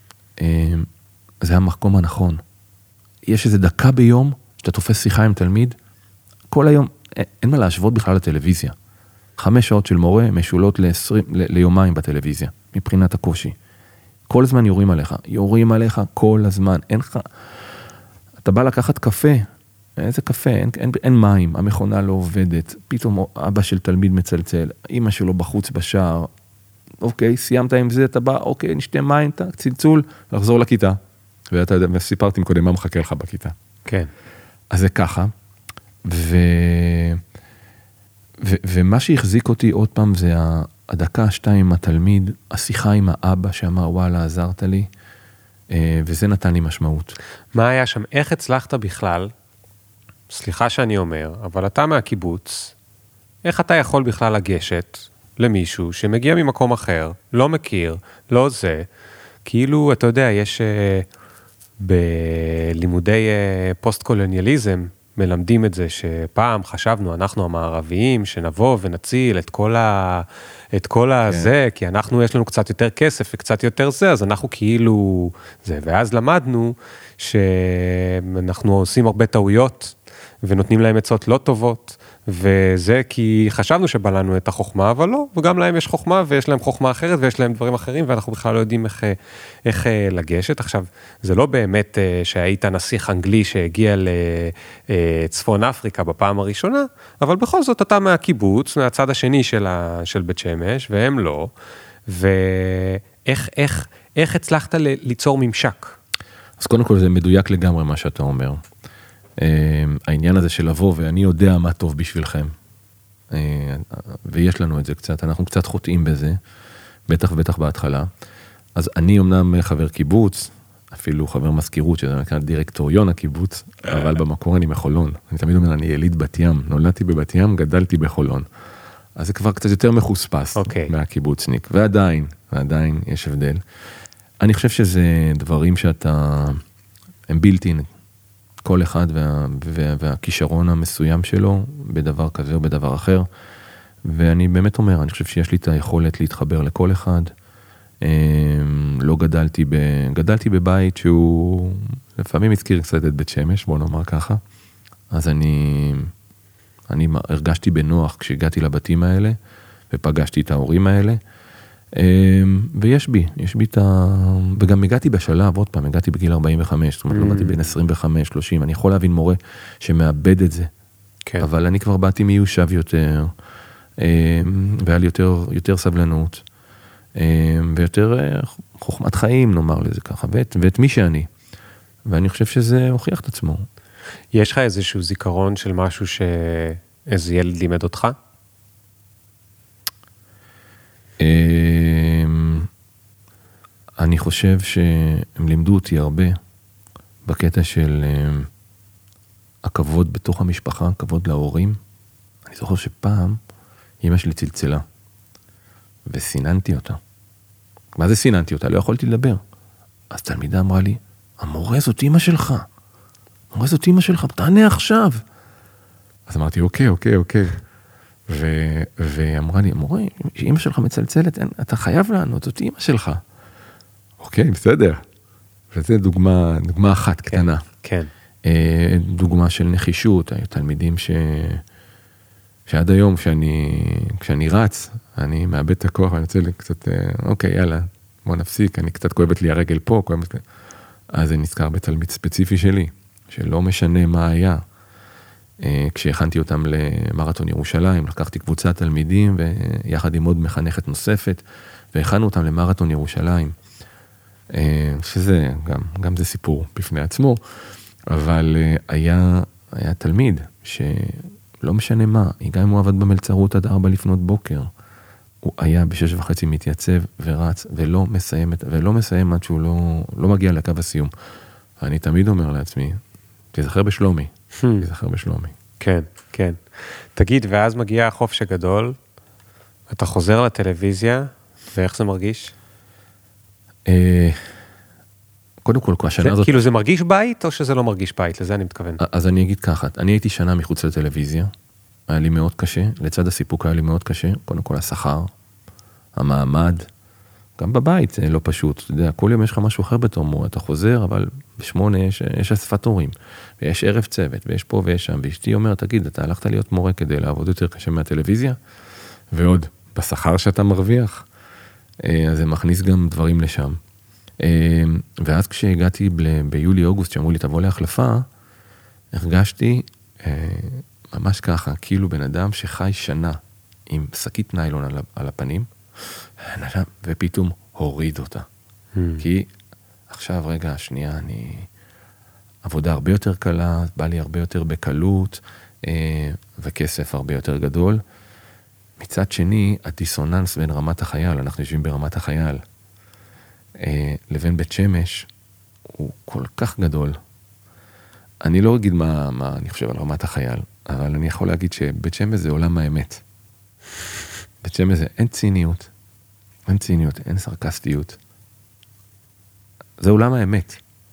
זה המקום הנכון. יש איזו דקה ביום, שאתה תופס שיחה עם תלמיד, כל היום, אין מה להשוות בכלל לטלוויזיה. חמש שעות של מורה משולות ל-עשרים, ליומיים בטלוויזיה, מבחינת הקושי. כל הזמן יורים עליך, יורים עליך כל הזמן, אין לך, אתה בא לקחת קפה, איזה קפה, אין, אין, אין מים, המכונה לא עובדת, פתאום אבא של תלמיד מצלצל, אמא שלו בחוץ בשער, אוקיי, סיימת עם זה, אתה בא, אוקיי, נשתה מים, אתה צלצול, לחזור לכיתה. ואתה יודע, וסיפרתי קודם מה מחכה לך בכיתה.
כן.
אז זה ככה, ו... ו... ומה שהחזיק אותי עוד פעם זה הדקה השתיים עם התלמיד, השיחה עם האבא שאמר, וואלה, עזרת לי, וזה נתן לי משמעות.
מה היה שם? איך הצלחת בכלל? סליחה שאני אומר, אבל אתה מהקיבוץ, איך אתה יכול בכלל לגשת למישהו שמגיע ממקום אחר, לא מכיר, לא זה, כאילו, אתה יודע, יש uh, בלימודי uh, פוסט-קולוניאליזם, מלמדים את זה שפעם חשבנו, אנחנו המערביים, שנבוא ונציל את כל ה... את כל הזה, כי אנחנו, יש לנו קצת יותר כסף וקצת יותר זה, אז אנחנו כאילו זה, ואז למדנו שאנחנו עושים הרבה טעויות, ונותנים להם עצות לא טובות, וזה כי חשבנו שבא לנו את החוכמה, אבל לא, וגם להם יש חוכמה, ויש להם חוכמה אחרת, ויש להם דברים אחרים, ואנחנו בכלל לא יודעים איך, איך לגשת. עכשיו, זה לא באמת שהיית נסיך אנגלי שהגיע לצפון אפריקה בפעם הראשונה, אבל בכל זאת אתה מהקיבוץ, מהצד השני של, ה, של בית שמש, והם לא, ואיך איך, איך הצלחת ליצור ממשק?
אז קודם כל זה מדויק לגמרי מה שאתה אומר. העניין הזה של לבוא, ואני יודע מה טוב בשבילכם, ויש לנו את זה קצת, אנחנו קצת חוטאים בזה, בטח ובטח בהתחלה, אז אני אמנם חבר קיבוץ, אפילו חבר מזכירות, שזה נקרא דירקטוריון הקיבוץ, אבל במקור אני מחולון, אני תמיד אומר, אני יליד בת ים, נולדתי בבת ים, גדלתי בחולון, אז זה כבר קצת יותר מחוספס okay. מהקיבוצניק, ועדיין, ועדיין יש הבדל. אני חושב שזה דברים שאתה, הם בלתי כל אחד וה, וה, והכישרון המסוים שלו בדבר כזה או בדבר אחר, ואני באמת אומר, אני חושב שיש לי את היכולת להתחבר לכל אחד, לא גדלתי, ב, גדלתי בבית שהוא לפעמים הזכיר קצת את בית שמש, בוא נאמר ככה, אז אני, אני הרגשתי בנוח כשהגעתי לבתים האלה, ופגשתי את ההורים האלה, ויש בי, יש בי את ה... וגם הגעתי בשלב, עוד פעם, הגעתי בגיל ארבעים וחמש, זאת אומרת, לא באתי בין עשרים וחמש שלושים, אני יכול להבין מורה שמאבד את זה, כן. אבל אני כבר באתי מיושב יותר, והיה לי יותר, יותר סבלנות, ויותר חוכמת חיים, נאמר לזה ככה, ואת, ואת מי שאני, ואני חושב שזה הוכיח את עצמו.
יש לך איזשהו זיכרון של משהו שאיזה ילד לימד אותך?
אני חושב שהם לימדו אותי הרבה בקטע של הכבוד בתוך המשפחה, כבוד להורים. אני זוכר שפעם אמא שלי צלצלה וסיננתי אותה. מה זה סיננתי אותה? לא יכולתי לדבר. אז תלמידה אמרה לי, המורה זאת אמא שלך. המורה זאת אמא שלך, תענה עכשיו. אז אמרתי, אוקיי, אוקיי, אוקיי. ו- ואמרה לי, מורה, אמא שלך מצלצלת, אתה חייב לענות, זאת אמא שלך. אוקיי, בסדר. וזו דוגמה, דוגמה אחת קטנה.
כן.
דוגמה של נחישות, היו תלמידים ש... שעד היום, כשאני, כשאני רץ, אני מאבד את הכוח, אני רוצה לי קצת, אוקיי, יאללה, בוא נפסיק, אני קצת כואבת לי הרגל פה, כואבת לי... אז זה נזכר בתלמיד ספציפי שלי, שלא משנה מה היה. כשהכנתי אותם למרתון ירושלים, לקחתי קבוצת תלמידים, ויחד עם עוד מחנכת נוספת, והכנו אותם למרתון ירושלים, שזה גם, גם זה סיפור בפני עצמו, אבל היה, היה תלמיד שלא משנה מה, גם אם הוא עבד במלצרות עד ארבע לפנות בוקר, הוא היה בשש וחצי מתייצב ורץ, ולא מסיים, ולא מסיים עד שהוא לא, לא מגיע לקו הסיום. ואני תמיד אומר לעצמי, תזכר בשלומי, תזכר בשלומי.
כן, כן. תגיד, ואז מגיע החופש הגדול, אתה חוזר לטלוויזיה, ואיך זה מרגיש?
קודם כל, השנה הזאת...
כאילו זה מרגיש בית, או שזה לא מרגיש בית? לזה אני מתכוון.
אז אני אגיד ככה, אני הייתי שנה מחוץ לטלוויזיה, היה לי מאוד קשה, לצד הסיפוק היה לי מאוד קשה, קודם כל השכר, המעמד, גם בבית זה לא פשוט, אתה יודע, כל יום יש לך משהו אחר בתור מורה, אתה חוזר, אבל בשמונה יש, יש אספת הורים, ויש ערב צוות, ויש פה ויש שם, ואשתי אומרת, תגיד, אתה הלכת להיות מורה כדי לעבוד יותר קשה מהטלוויזיה, ועוד, בשכר שאתה מרוויח, אז זה מכניס גם דברים לשם. ואז כשהגעתי ביולי-אוגוסט, שאמרו לי, תבוא להחלפה, הרגשתי ממש ככה, כאילו בן אדם שחי שנה עם שקית ניילון על הפנים, ופתאום הוריד אותה. כי עכשיו, רגע, השנייה, אני... עבודה הרבה יותר קלה, בא לי הרבה יותר בקלות, וכסף הרבה יותר גדול. מצד שני, הדיסוננס בין רמת החייל, אנחנו יושבים ברמת החייל, לבין בית שמש, הוא כל כך גדול. אני לא אגיד מה, מה אני חושב על רמת החייל, אבל אני יכול להגיד שבית שמש זה עולם האמת. בית שמש זה אין ציניות, אין ציניות, אין סרקסטיות. זה עולם האמת.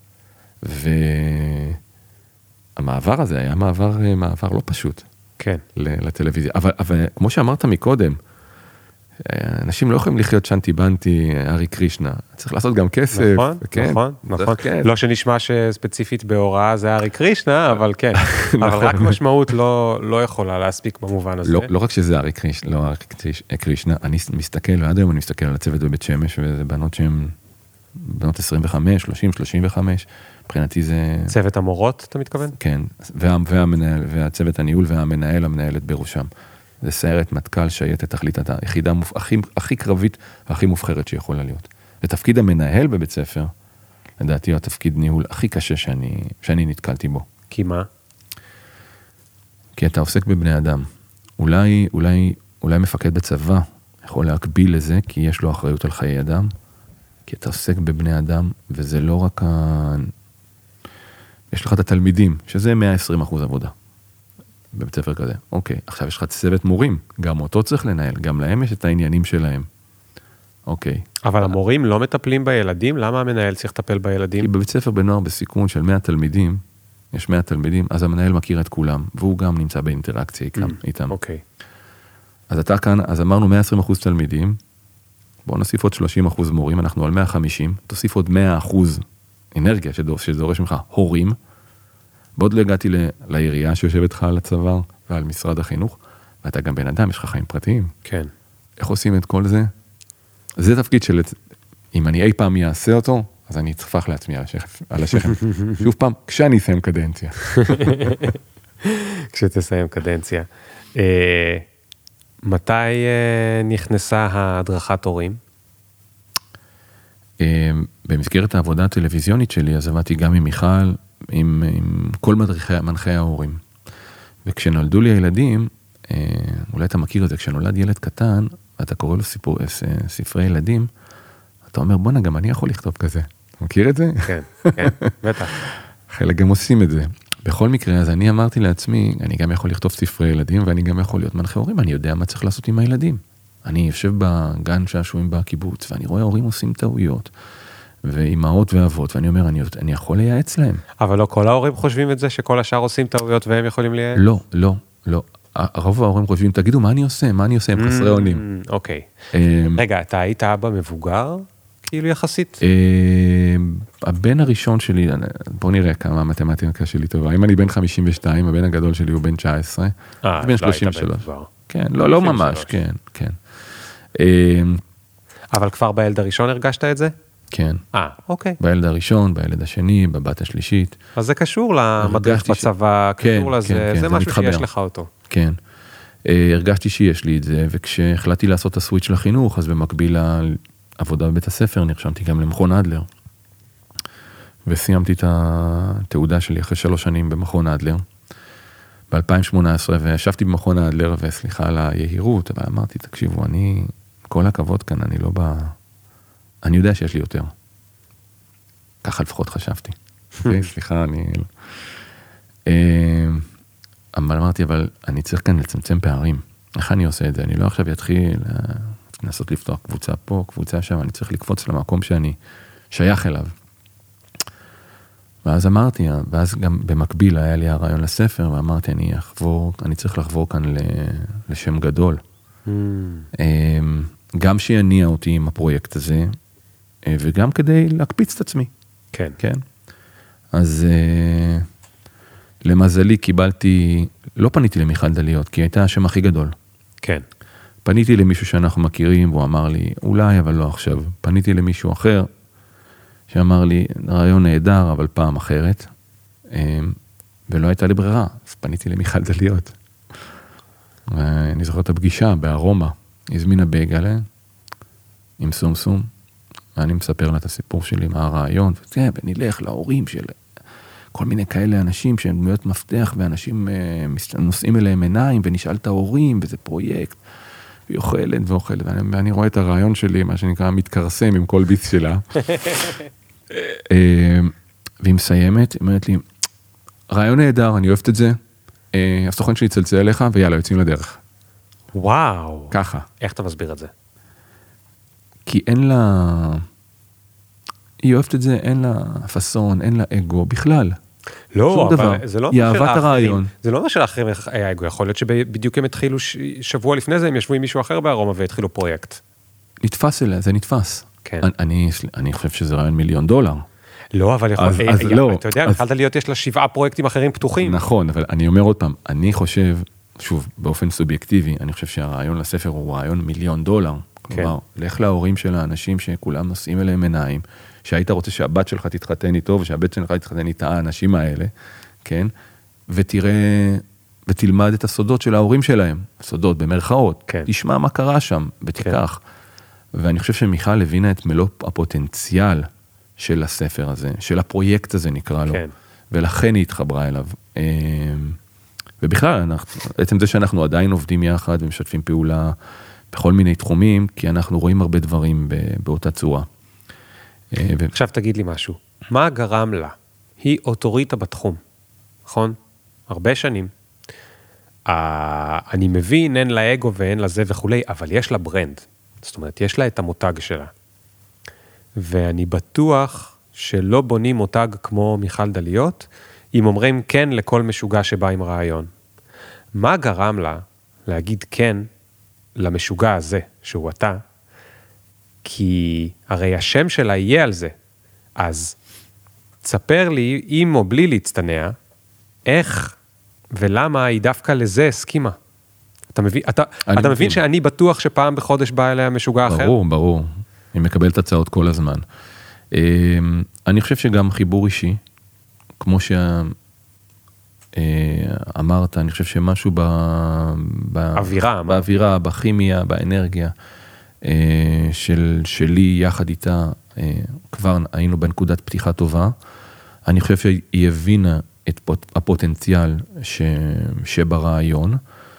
והמעבר הזה היה מעבר, מעבר לא פשוט.
כן.
לטלוויזיה. אבל, אבל כמו שאמרת מקודם, אנשים לא יכולים לחיות שנטי בנטי, ארי קרישנה. צריך לעשות גם כסף.
נכון,
כן,
נכון, נכון. לא שנשמע שספציפית בהוראה זה ארי קרישנה, אבל כן. אבל רק משמעות לא, לא יכולה להספיק במובן הזה.
לא, לא רק שזה ארי קרישנה, לא ארי קרישנה, אני מסתכל, ועד היום אני מסתכל על הצוות בבית שמש, וזה בנות שהן בנות עשרים וחמש, שלושים, שלושים וחמש, מבחינתי זה...
צוות המורות, אתה מתכוון?
כן, וה, והמנהל, והצוות הניהול והמנהל, המנהלת בראשם. זה סיירת מטכ"ל שייטת תכלית, היחידה הכי, הכי קרבית, הכי מובחרת שיכולה להיות. ותפקיד המנהל בבית ספר, לדעתי הוא התפקיד ניהול הכי קשה שאני, שאני נתקלתי בו.
כי מה?
כי אתה עוסק בבני אדם. אולי, אולי, אולי מפקד בצבא יכול להקביל לזה, כי יש לו אחריות על חיי אדם, כי אתה עוסק בבני אדם, וזה לא רק ה... יש לך את התלמידים, שזה מאה ועשרים אחוז עבודה. בבית ספר כזה. אוקיי, עכשיו יש לך צוות מורים, גם אותו צריך לנהל, גם להם יש את העניינים שלהם. אוקיי.
אבל המורים לא מטפלים בילדים? למה המנהל צריך לטפל בילדים?
כי בבית ספר בנוער בסיכון של מאה תלמידים, יש מאה תלמידים, אז המנהל מכיר את כולם, והוא גם נמצא באינטראקציה איתם.
אוקיי.
אז אתה כאן, אז אמרנו מאה ועשרים אחוז תלמידים, בואו נוסיף עוד שלושים אחוז מורים, אנחנו על מאה וחמישים, תוסיף עוד מאה אחוז אנרגיה שדורש ממך, הורים, בעוד לא הגעתי לעירייה שיושבת לך על הצוואר ועל משרד החינוך, ואתה גם בן אדם, יש לך חיים פרטיים.
כן.
איך עושים את כל זה? זה תפקיד של, אם אני אי פעם יעשה אותו, אז אני אצפח לעצמי על השכם. שוב פעם, כשאני אסיים קדנציה.
כשתסיים קדנציה. מתי נכנסה ההדרכת הורים?
במסגרת העבודה הטלוויזיונית שלי, אז עבדתי גם עם מיכל, עם, עם כל מדריכי, מנחי ההורים. וכשנולדו לי הילדים, אולי אתה מכיר את זה, כשנולד ילד קטן, ואתה קורא לו סיפור, ספרי ילדים, אתה אומר, בוא נגם, אני יכול לכתוב כזה. אתה מכיר את זה?
כן, כן, בטח.
חלק גם עושים את זה. בכל מקרה, אז אני אמרתי לעצמי, אני גם יכול לכתוב ספרי ילדים, ואני גם יכול להיות מנחה הורים, אני יודע מה צריך לעשות עם הילדים. אני יושב בגן שעשועים בקיבוץ, ואני רואה הורים עושים טעויות, ואימהות ואבות, ואני אומר, אני, אני יכול לייעץ להם.
אבל לא כל ההורים חושבים את זה, שכל השאר עושים טעויות והם יכולים לייעץ?
לא, לא, לא. הרוב ההורים חושבים, תגידו, מה אני עושה? מה אני עושה? הם חסרי אונים.
אוקיי. רגע, אתה היית אבא מבוגר? כאילו יחסית?
הבן הראשון שלי, בוא נראה כמה המתמטיקה שלי טובה. אם אני בן חמישים ושתיים, הבן הגדול שלי הוא בן תשע עשרה.
אה,
בן שלושים ושלוש. כן, לא, לא ממש, כן, כן.
אבל כבר בילד הראשון הרגשת את זה?
כן.
אה, אוקיי.
בילד הראשון, בילד השני, בבת השלישית.
אז זה קשור למדריך בצבא, קשור לזה, זה משהו שיש לך אותו.
כן. הרגשתי שיש לי את זה, וכשהחלטתי לעשות את הסוויץ' לחינוך, אז במקביל לעבודה בבית הספר, נרשמתי גם למכון אדלר. וסיימתי את התעודה שלי אחרי שלוש שנים במכון אדלר. ב-אלפיים שמונה עשרה, וישבתי במכון אדלר, וסליחה על היהירות, אבל אמרתי, תקשיבו, אני, כל הכבוד כאן, אני לא בא... אני יודע שיש לי יותר. ככה לפחות חשבתי. סליחה, אני... אבל אמרתי, אבל אני צריך כאן לצמצם פערים. איך אני עושה את זה? אני לא עכשיו יתחיל לנסות לפתוח קבוצה פה, קבוצה שם, אני צריך לקפוץ למקום שאני שייך אליו. ואז אמרתי, ואז גם במקביל היה לי הרעיון לספר, ואמרתי, אני אחבור, אני צריך לחבור כאן לשם גדול. גם שיניע אותי עם הפרויקט הזה, וגם כדי להקפיץ את עצמי.
כן.
כן. אז למזלי קיבלתי, לא פניתי למיכל דליות, כי הייתה השם הכי גדול.
כן.
פניתי למישהו שאנחנו מכירים, והוא אמר לי, אולי, אבל לא עכשיו. פניתי למישהו אחר, שאמר לי, רעיון נהדר, אבל פעם אחרת, ולא הייתה לי ברירה, אז פניתי למיכל דליות. ואני זוכר את הפגישה בארומה, הזמינה בגלה, עם סום סום, ואני מספר לה את הסיפור שלי, מה הרעיון, וזה, ונלך להורים של כל מיני כאלה אנשים שהם דמויות מפתח, ואנשים נושאים אליהם עיניים, ונשאל את ההורים, וזה פרויקט, והיא אוכלת ואוכלת, ואני, ואני רואה את הרעיון שלי, מה שנקרא, מתקרסם עם כל ביס שלה. והיא מסיימת, היא אומרת לי, רעיון נהדר, אני אוהבת את זה, הסוכן שלי צלצל אליך, ויאללה, יוצאים לדרך.
וואו.
ככה.
איך אתה מסביר את זה?
כי אין לה, היא אוהבת את זה, אין לה פסון, אין לה אגו, בכלל.
לא, אבל זה לא
היא אהבת הרעיון.
זה לא מה שלאחרים היה אגו, יכול להיות שבדיוק הם התחילו שבוע לפני זה, הם ישבו עם מישהו אחר בארומה והתחילו פרויקט.
נתפס אליה, זה נתפס.
כן.
אני, אני חושב שזה רעיון מיליון דולר.
לא, אבל יכול,
אז, אז
היה,
לא,
אתה יודע,
אז,
התחלת להיות, יש לה שבעה פרויקטים אחרים פתוחים.
נכון, אבל אני אומר עוד פעם, אני חושב, שוב, באופן סובייקטיבי, אני חושב שהרעיון לספר הוא רעיון מיליון דולר.
כן.
כלומר, לך להורים של האנשים שכולם נושאים אליהם עיניים, שהיית רוצה שהבת שלך תתחתן איתו, ושהבת שלך תתחתן איתה, האנשים האלה, כן? ותראה, ותלמד את הסודות של ההורים שלהם, סודות במרכאות,
כן.
תשמע מה קרה שם, ותיקח. כן. ואני חושב שמיכל הבינה את מלוא הפוטנציאל של הספר הזה, של הפרויקט הזה נקרא לו,
כן.
ולכן היא התחברה אליו. ובכלל, אנחנו, בעצם זה שאנחנו עדיין עובדים יחד, ומשתפים פעולה בכל מיני תחומים, כי אנחנו רואים הרבה דברים באותה צורה.
עכשיו תגיד לי משהו, מה גרם לה? היא אוטוריטה בתחום, נכון? הרבה שנים. אני מבין, אין לה אגו ואין לה זה וכולי, אבל יש לה ברנד. זאת אומרת, יש לה את המותג שלה. ואני בטוח שלא בונים מותג כמו מיכל דליות, אם אומרים כן לכל משוגע שבא עם רעיון. מה גרם לה להגיד כן למשוגע הזה, שהוא אתה? כי הרי השם שלה יהיה על זה. אז תספר לי, עם או בלי להצטנע, איך ולמה היא דווקא לזה הסכימה. אתה מבין, אתה, אתה מבין שאני בטוח שפעם בחודש בא אליה משוגע אחר?
ברור, ברור. היא מקבלת הצעות כל הזמן. אני חושב שגם חיבור אישי, כמו שאמרת, אני חושב שמשהו
באווירה,
באווירה, בכימיה, באנרגיה, של, שלי יחד איתה, כבר היינו בנקודת פתיחה טובה. אני חושב שהיא הבינה את הפוטנציאל ש, שברעיון.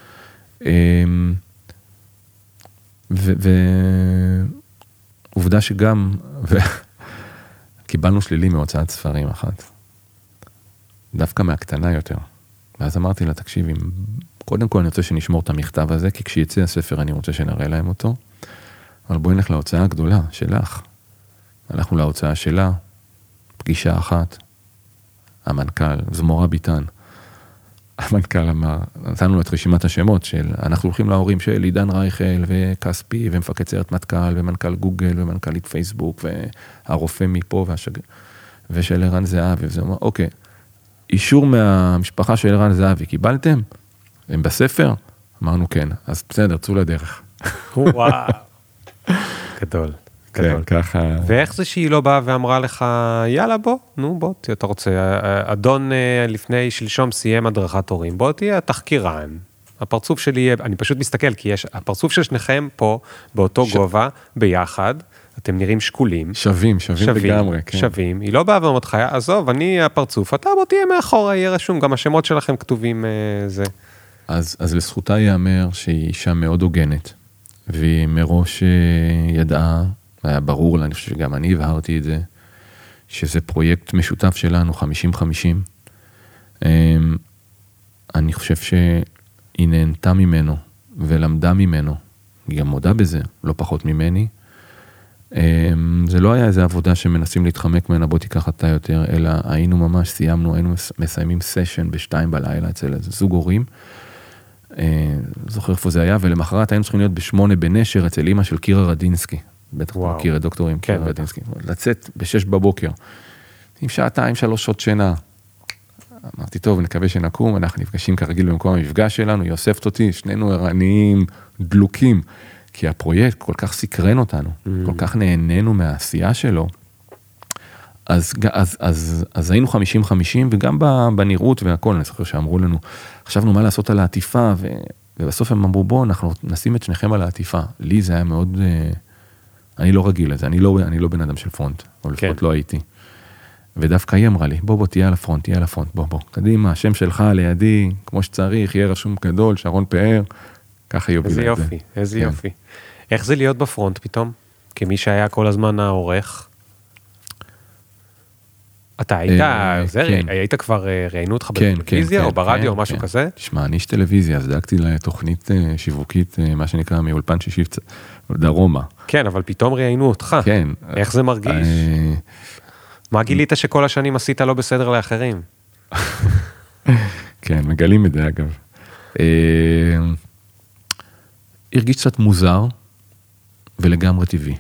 ועובדה שגם, קיבלנו שלילי מהוצאת ספרים אחת. דווקא מהקטנה יותר. ואז אמרתי לה, תקשיבי, קודם כל אני רוצה שנשמור את המכתב הזה, כי כשיצא הספר אני רוצה שנראה להם אותו. אבל בואי נלך להוצאה הגדולה שלך. הלכנו להוצאה שלה, פגישה אחת, המנכ"ל, זמורה ביטן. המנכ"ל אמר, נתנו לו את רשימת השמות של, אנחנו הולכים להורים של עידן רייכל וכספי ומפקד סיירת מטכ"ל ומנכ"ל גוגל ומנכ"לית פייסבוק והרופא מפה והשגר, ושל ערן זהבי, וזה אומר, אוקיי, אישור מהמשפחה של ערן זהבי, קיבלתם? הם בספר? אמרנו כן, אז בסדר, צאו לדרך.
וואו. גדול.
כן, ככה.
ואיך זה שהיא לא באה ואמרה לך, יאללה בוא, נו בוא, אתה רוצה, אדון לפני שלשום סיים הדרכת הורים, בוא תהיה התחקירן, הפרצוף שלי יהיה, אני פשוט מסתכל, כי יש, הפרצוף של שניכם פה, באותו ש... גובה, ביחד, אתם נראים שקולים.
שווים, שווים, שווים לגמרי, כן.
שווים, היא לא באה ואומרת לך, עזוב, אני הפרצוף, אתה בוא תהיה מאחורה, יהיה רשום, גם השמות שלכם כתובים זה.
אז, אז לזכותה ייאמר שהיא אישה מאוד הוגנת, והיא מראש ידעה, היה ברור לה, אני חושב שגם אני הבהרתי את זה, שזה פרויקט משותף שלנו, חמישים חמישים. אני חושב שהיא נהנתה ממנו, ולמדה ממנו, היא גם מודה בזה, לא פחות ממני. זה לא היה איזו עבודה שמנסים להתחמק ממנה, בוא תיקח אתה יותר, אלא היינו ממש, סיימנו, היינו מסיימים סשן בשתיים בלילה אצל איזה זוג הורים, זוכר איפה זה היה, ולמחרת היינו צריכים להיות בשמונה בנשר אצל אמא של קירה רדינסקי, בטח אתה מכיר את דוקטורים קירה רדינסקי, לצאת בשש בבוקר, עם שעתיים, שלוש שעות שינה, אמרתי, טוב, נקווה שנקום, אנחנו נפגשים כרגיל במקום המפגש שלנו, היא אוספת אותי, שנינו ערניים, דלוקים, כי הפרויקט כל כך סקרן אותנו, כל כך נהנינו מהעשייה שלו, אז, אז, אז, אז היינו חמישים חמישים, וגם בנראות והכל, אני זוכר שאמרו לנו, חשבנו מה לעשות על העטיפה, ו, ובסוף הם אמרו, בוא, אנחנו נשים את שניכם על העטיפה. לי זה היה מאוד, אני לא רגיל לזה, אני לא, אני לא בן אדם של פרונט, או לפחות לא הייתי. ודווקא היא אמרה לי, בוא בוא תהיה על הפרונט, תהיה על הפרונט, בוא בוא, קדימה, השם שלך לידי, כמו שצריך, יהיה רשום גדול, שרון פאר, ככה יוביל את זה.
איזה יופי, איזה יופי. איך זה להיות בפרונט פתאום? כמי שהיה כל הזמן העורך? אתה היית, היית כבר ראיינו אותך בטלוויזיה או ברדיו או משהו כזה?
תשמע, אני איש טלוויזיה, אז דאגתי לתוכנית שיווקית, מה שנקרא מאולפן שישי דרומה.
כן, אבל פתאום ראיינו אותך.
כן.
איך זה מרגיש? מה גילית שכל השנים עשית לא בסדר לאחרים?
כן, מגלים את זה אגב. הרגיש קצת מוזר ולגמרי טבעי.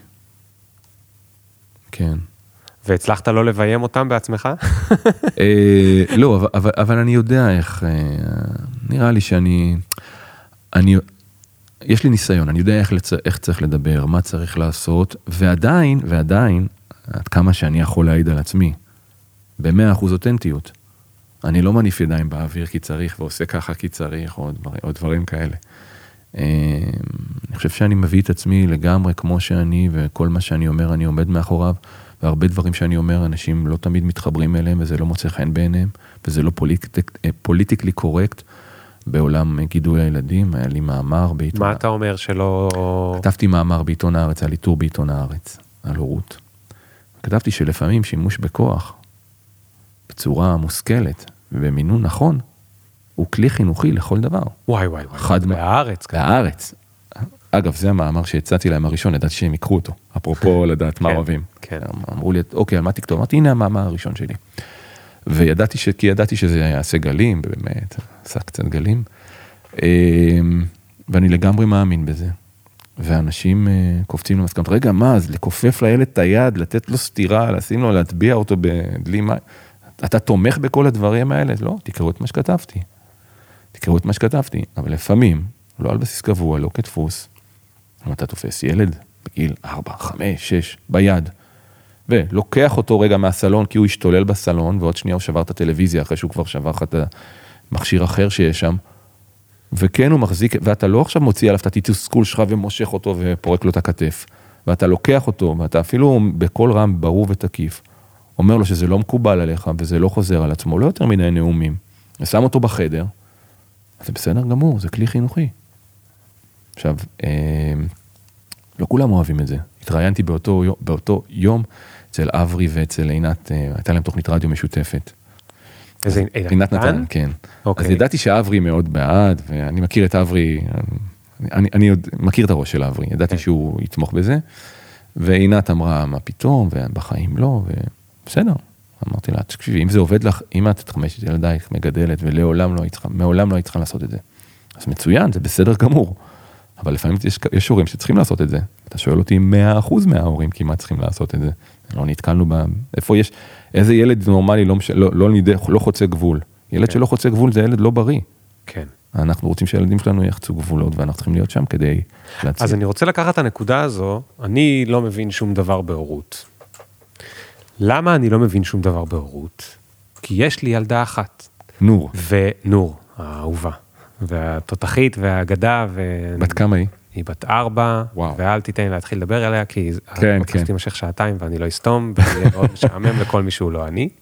כן.
והצלחת לא לביים אותם בעצמך?
לא, אבל אני יודע איך, נראה לי שאני, יש לי ניסיון, אני יודע איך צריך לדבר, מה צריך לעשות, ועדיין, ועדיין, עד כמה שאני יכול להעיד על עצמי, במאה אחוז אותנטיות. אני לא מניף ידיים באוויר כי צריך, ועושה ככה כי צריך, או דברים, או דברים כאלה. אני חושב שאני מביא את עצמי לגמרי כמו שאני, וכל מה שאני אומר, אני עומד מאחוריו, והרבה דברים שאני אומר, אנשים לא תמיד מתחברים אליהם, וזה לא מוצא חן בעיניהם, וזה לא פוליטיקלי קורקט, בעולם גידוי הילדים, היה לי מאמר בעיתון...
מה אתה אומר שלא...
כתבתי מאמר בעיתון הארץ, על איתור בעיתון הארץ, על הורות. כתבתי שלפעמים שימוש בכוח, בצורה מושכלת, ובמינון נכון, הוא כלי חינוכי לכל דבר.
וואי וואי וואי, בהארץ.
בהארץ. אגב, זה המאמר שהצעתי להם הראשון, ידעתי שהם יקרו אותו, אפרופו לדעת מה אוהבים. אמרו לי, אוקיי, על מה תכתוב? אמרתי, הנה המאמר הראשון שלי. וידעתי ש... כי ידעתי שזה יעשה גלים, באמת, עשה קצת גלים. ואני לגמרי מאמין בזה. ואנשים קופצים למסקנות, רגע, מה, אז לכופף לילד את היד, לתת לו סתירה, לשים לו, להטביע אותו בדלי מים. אתה תומך בכל הדברים האלה? לא, תקראו את מה שכתבתי. תקראו את מה שכתבתי. אבל לפעמים, לא על בסיס קבוע, לא כדפוס, אם אתה תופס ילד בגיל ארבע, חמש, שש, ביד, ולוקח אותו רגע מהסלון, כי הוא השתולל בסלון, ועוד שנייה הוא שבר את הטלוויזיה, אחרי שהוא כבר שבר את המכשיר אחר שיש שם, וכן הוא מחזיק, ואתה לא עכשיו מוציא עליו את התסכול שלך, ומושך אותו ופורק לו את הכתף, ואתה לוקח אותו, ואתה אפילו בכל רם ברור ותקיף, אומר לו שזה לא מקובל עליך, וזה לא חוזר על עצמו, לא יותר מיני נאומים, ושם אותו בחדר, זה בסדר גמור, זה כלי חינוכי. עכשיו, לא כולם אוהבים את זה. התראיינתי באותו, באותו יום אצל אברי ואצל עינת, הייתה להם תוכנית רדיו משותפת.
איזה
עינת נתן, כן. אז ידעתי שאברי מאוד בעד, ואני מכיר את אברי, אני, אני עוד מכיר את הראש של אברי, ידעתי שהוא יתמוך בזה, ועינת אמרה, מה פתאום, ובחיים לא, ובסדר. אמרתי לה, תקשיבי, אם זה עובד לך, אם את תחמשת ילדייך מגדלת, ולעולם לא היית צריכה, מעולם לא היית צריכה לעשות את זה. אז מצוין, זה בסדר גמור. אבל לפעמים יש, יש הורים שצריכים לעשות את זה. אתה שואל אותי, מאה אחוז מההורים כמעט צריכים לעשות את זה. לא נתקלנו בה, איפה יש, איזה ילד נורמלי לא, לא, לא, לא, לא חוצה גבול. ילד כן. שלא חוצה גבול זה ילד לא בריא.
כן.
אנחנו רוצים שהילדים שלנו יחצו גבולות, ואנחנו צריכים להיות שם כדי להציע.
אז אני רוצה לקחת את הנקודה הזו, אני לא מבין שום דבר בהורות. למה אני לא מבין שום דבר בהורות? כי יש לי ילדה אחת.
נור.
ונור, האהובה. והתותחית והאגדה. ו...
בת כמה היא?
היא בת ארבע, וואו. ואל תיתן להתחיל לדבר עליה, כי
כן,
הפודקאסט כן. יימשך שעתיים, ואני לא אסתום, ויהיה מאוד משעמם לכל מי שהוא לא אני.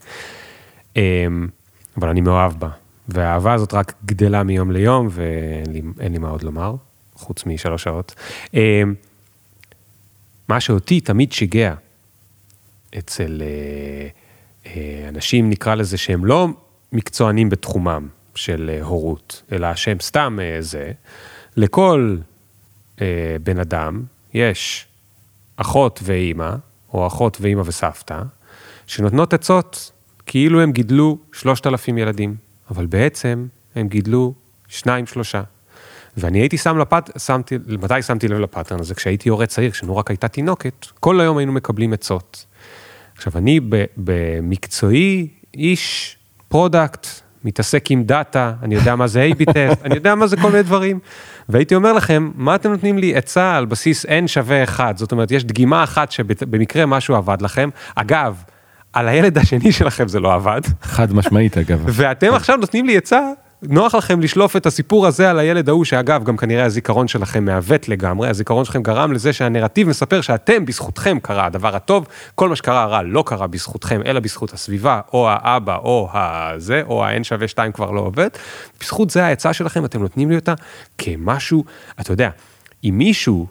אבל אני מאוהב בה. והאהבה הזאת רק גדלה מיום ליום, ואין לי, אין לי מה עוד לומר, חוץ משלוש שעות. מה שאותי תמיד שיגע, אצל אנשים נקרא לזה שהם לא מקצוענים בתחומם של הורות, אלא שהם סתם זה, לכל בן אדם יש אחות ואימא, או אחות ואימא וסבתא, שנותנות עצות כאילו הם גידלו שלושת אלפים ילדים, אבל בעצם הם גידלו שניים שלושה. ואני הייתי שם לפט, שמתי, מתי שמתי לב לפטרן הזה? כשהייתי הורה צעיר, כשנו רק הייתה תינוקת, כל היום היינו מקבלים עצות. עכשיו, אני במקצועי, איש, פרודקט, מתעסק עם דאטה, אני יודע מה זה איי בי טסט, אני יודע מה זה כל מיני דברים, והייתי אומר לכם, מה אתם נותנים לי עצה על בסיס N שווה אחד, זאת אומרת, יש דגימה אחת שבמקרה משהו עבד לכם, אגב, על הילד השני שלכם זה לא עבד.
חד משמעית, אגב.
ואתם עכשיו נותנים לי עצה, נוח לכם לשלוף את הסיפור הזה על הילד ההוא, שאגב, גם כנראה הזיכרון שלכם מעוות לגמרי, הזיכרון שלכם גרם לזה שהנרטיב מספר שאתם בזכותכם קרה הדבר הטוב, כל מה שקרה הרע לא קרה בזכותכם, אלא בזכות הסביבה, או האבא, או הזה, או ה-N שווה שתיים כבר לא עובד. בזכות זה העצה שלכם, אתם נותנים לי אותה כמשהו, אתה יודע, אם מישהו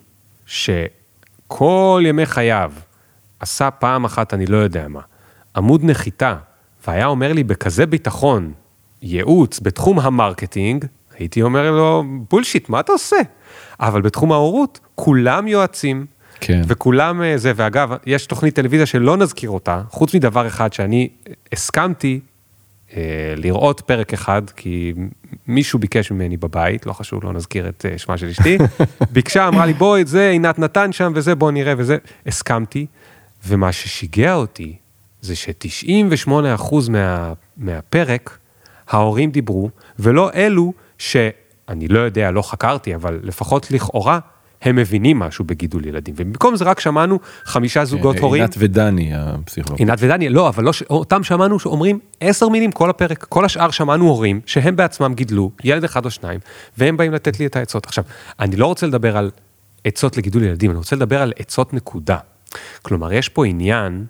שכל ימי חייו עשה פעם אחת, אני לא יודע מה, עמוד נחיתה, והיה אומר לי בכזה ביטחון, ייעוץ בתחום המרקטינג, הייתי אומר לו, בולשיט, מה אתה עושה? אבל בתחום ההורות, כולם יועצים,
כן.
וכולם זה, ואגב, יש תוכנית טלוויזיה שלא נזכיר אותה, חוץ מדבר אחד שאני הסכמתי אה, לראות פרק אחד, כי מישהו ביקש ממני בבית, לא חשוב, לא נזכיר את אה, שמה של אשתי, ביקשה, אמרה לי, בואי, זה, עינת נתן שם, וזה, בוא נראה, וזה, הסכמתי, ומה ששיגע אותי, זה ש-תשעים ושמונה אחוז מה, מהפרק, ההורים דיברו, ולא אלו שאני לא יודע, לא חקרתי, אבל לפחות לכאורה, הם מבינים משהו בגידול ילדים. ובמקום זה רק שמענו חמישה זוגות הורים.
עינת ודני, הפסיכולוג.
עינת ודני, לא, אבל לא, אותם שמענו שאומרים עשר מילים כל הפרק. כל השאר שמענו הורים שהם בעצמם גידלו, ילד אחד או שניים, והם באים לתת לי את העצות. עכשיו, אני לא רוצה לדבר על עצות לגידול ילדים, אני רוצה לדבר על עצות נקודה. כלומר, יש פה עניין,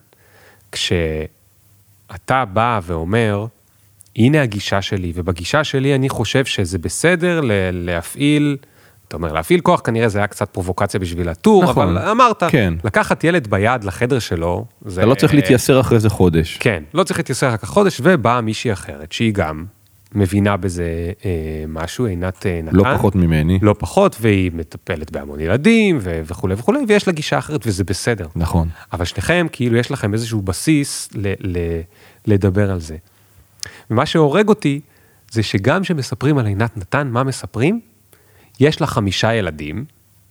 כשאתה בא ואומר, הנה הגישה שלי, ובגישה שלי אני חושב שזה בסדר להפעיל, אתה אומר, להפעיל כוח, כנראה זה היה קצת פרובוקציה בשביל הטור, נכון, אבל אמרת, כן. לקחת ילד ביד לחדר שלו, זה...
אתה לא צריך להתייסר אחרי זה חודש.
כן, לא צריך להתייסר אחרי חודש, ובאה מישהי אחרת, שהיא גם מבינה בזה אה, משהו, עינת אה, נתן.
לא פחות ממני.
לא פחות, והיא מטפלת בהמון ילדים, ו- וכו' וכו', ויש לה גישה אחרת, וזה בסדר.
נכון.
אבל שניכם, כאילו, יש לכם איזשהו בסיס ל- ל- לדבר על זה. ומה שהורג אותי, זה שגם שמספרים על עינת נתן, מה מספרים? יש לה חמישה ילדים,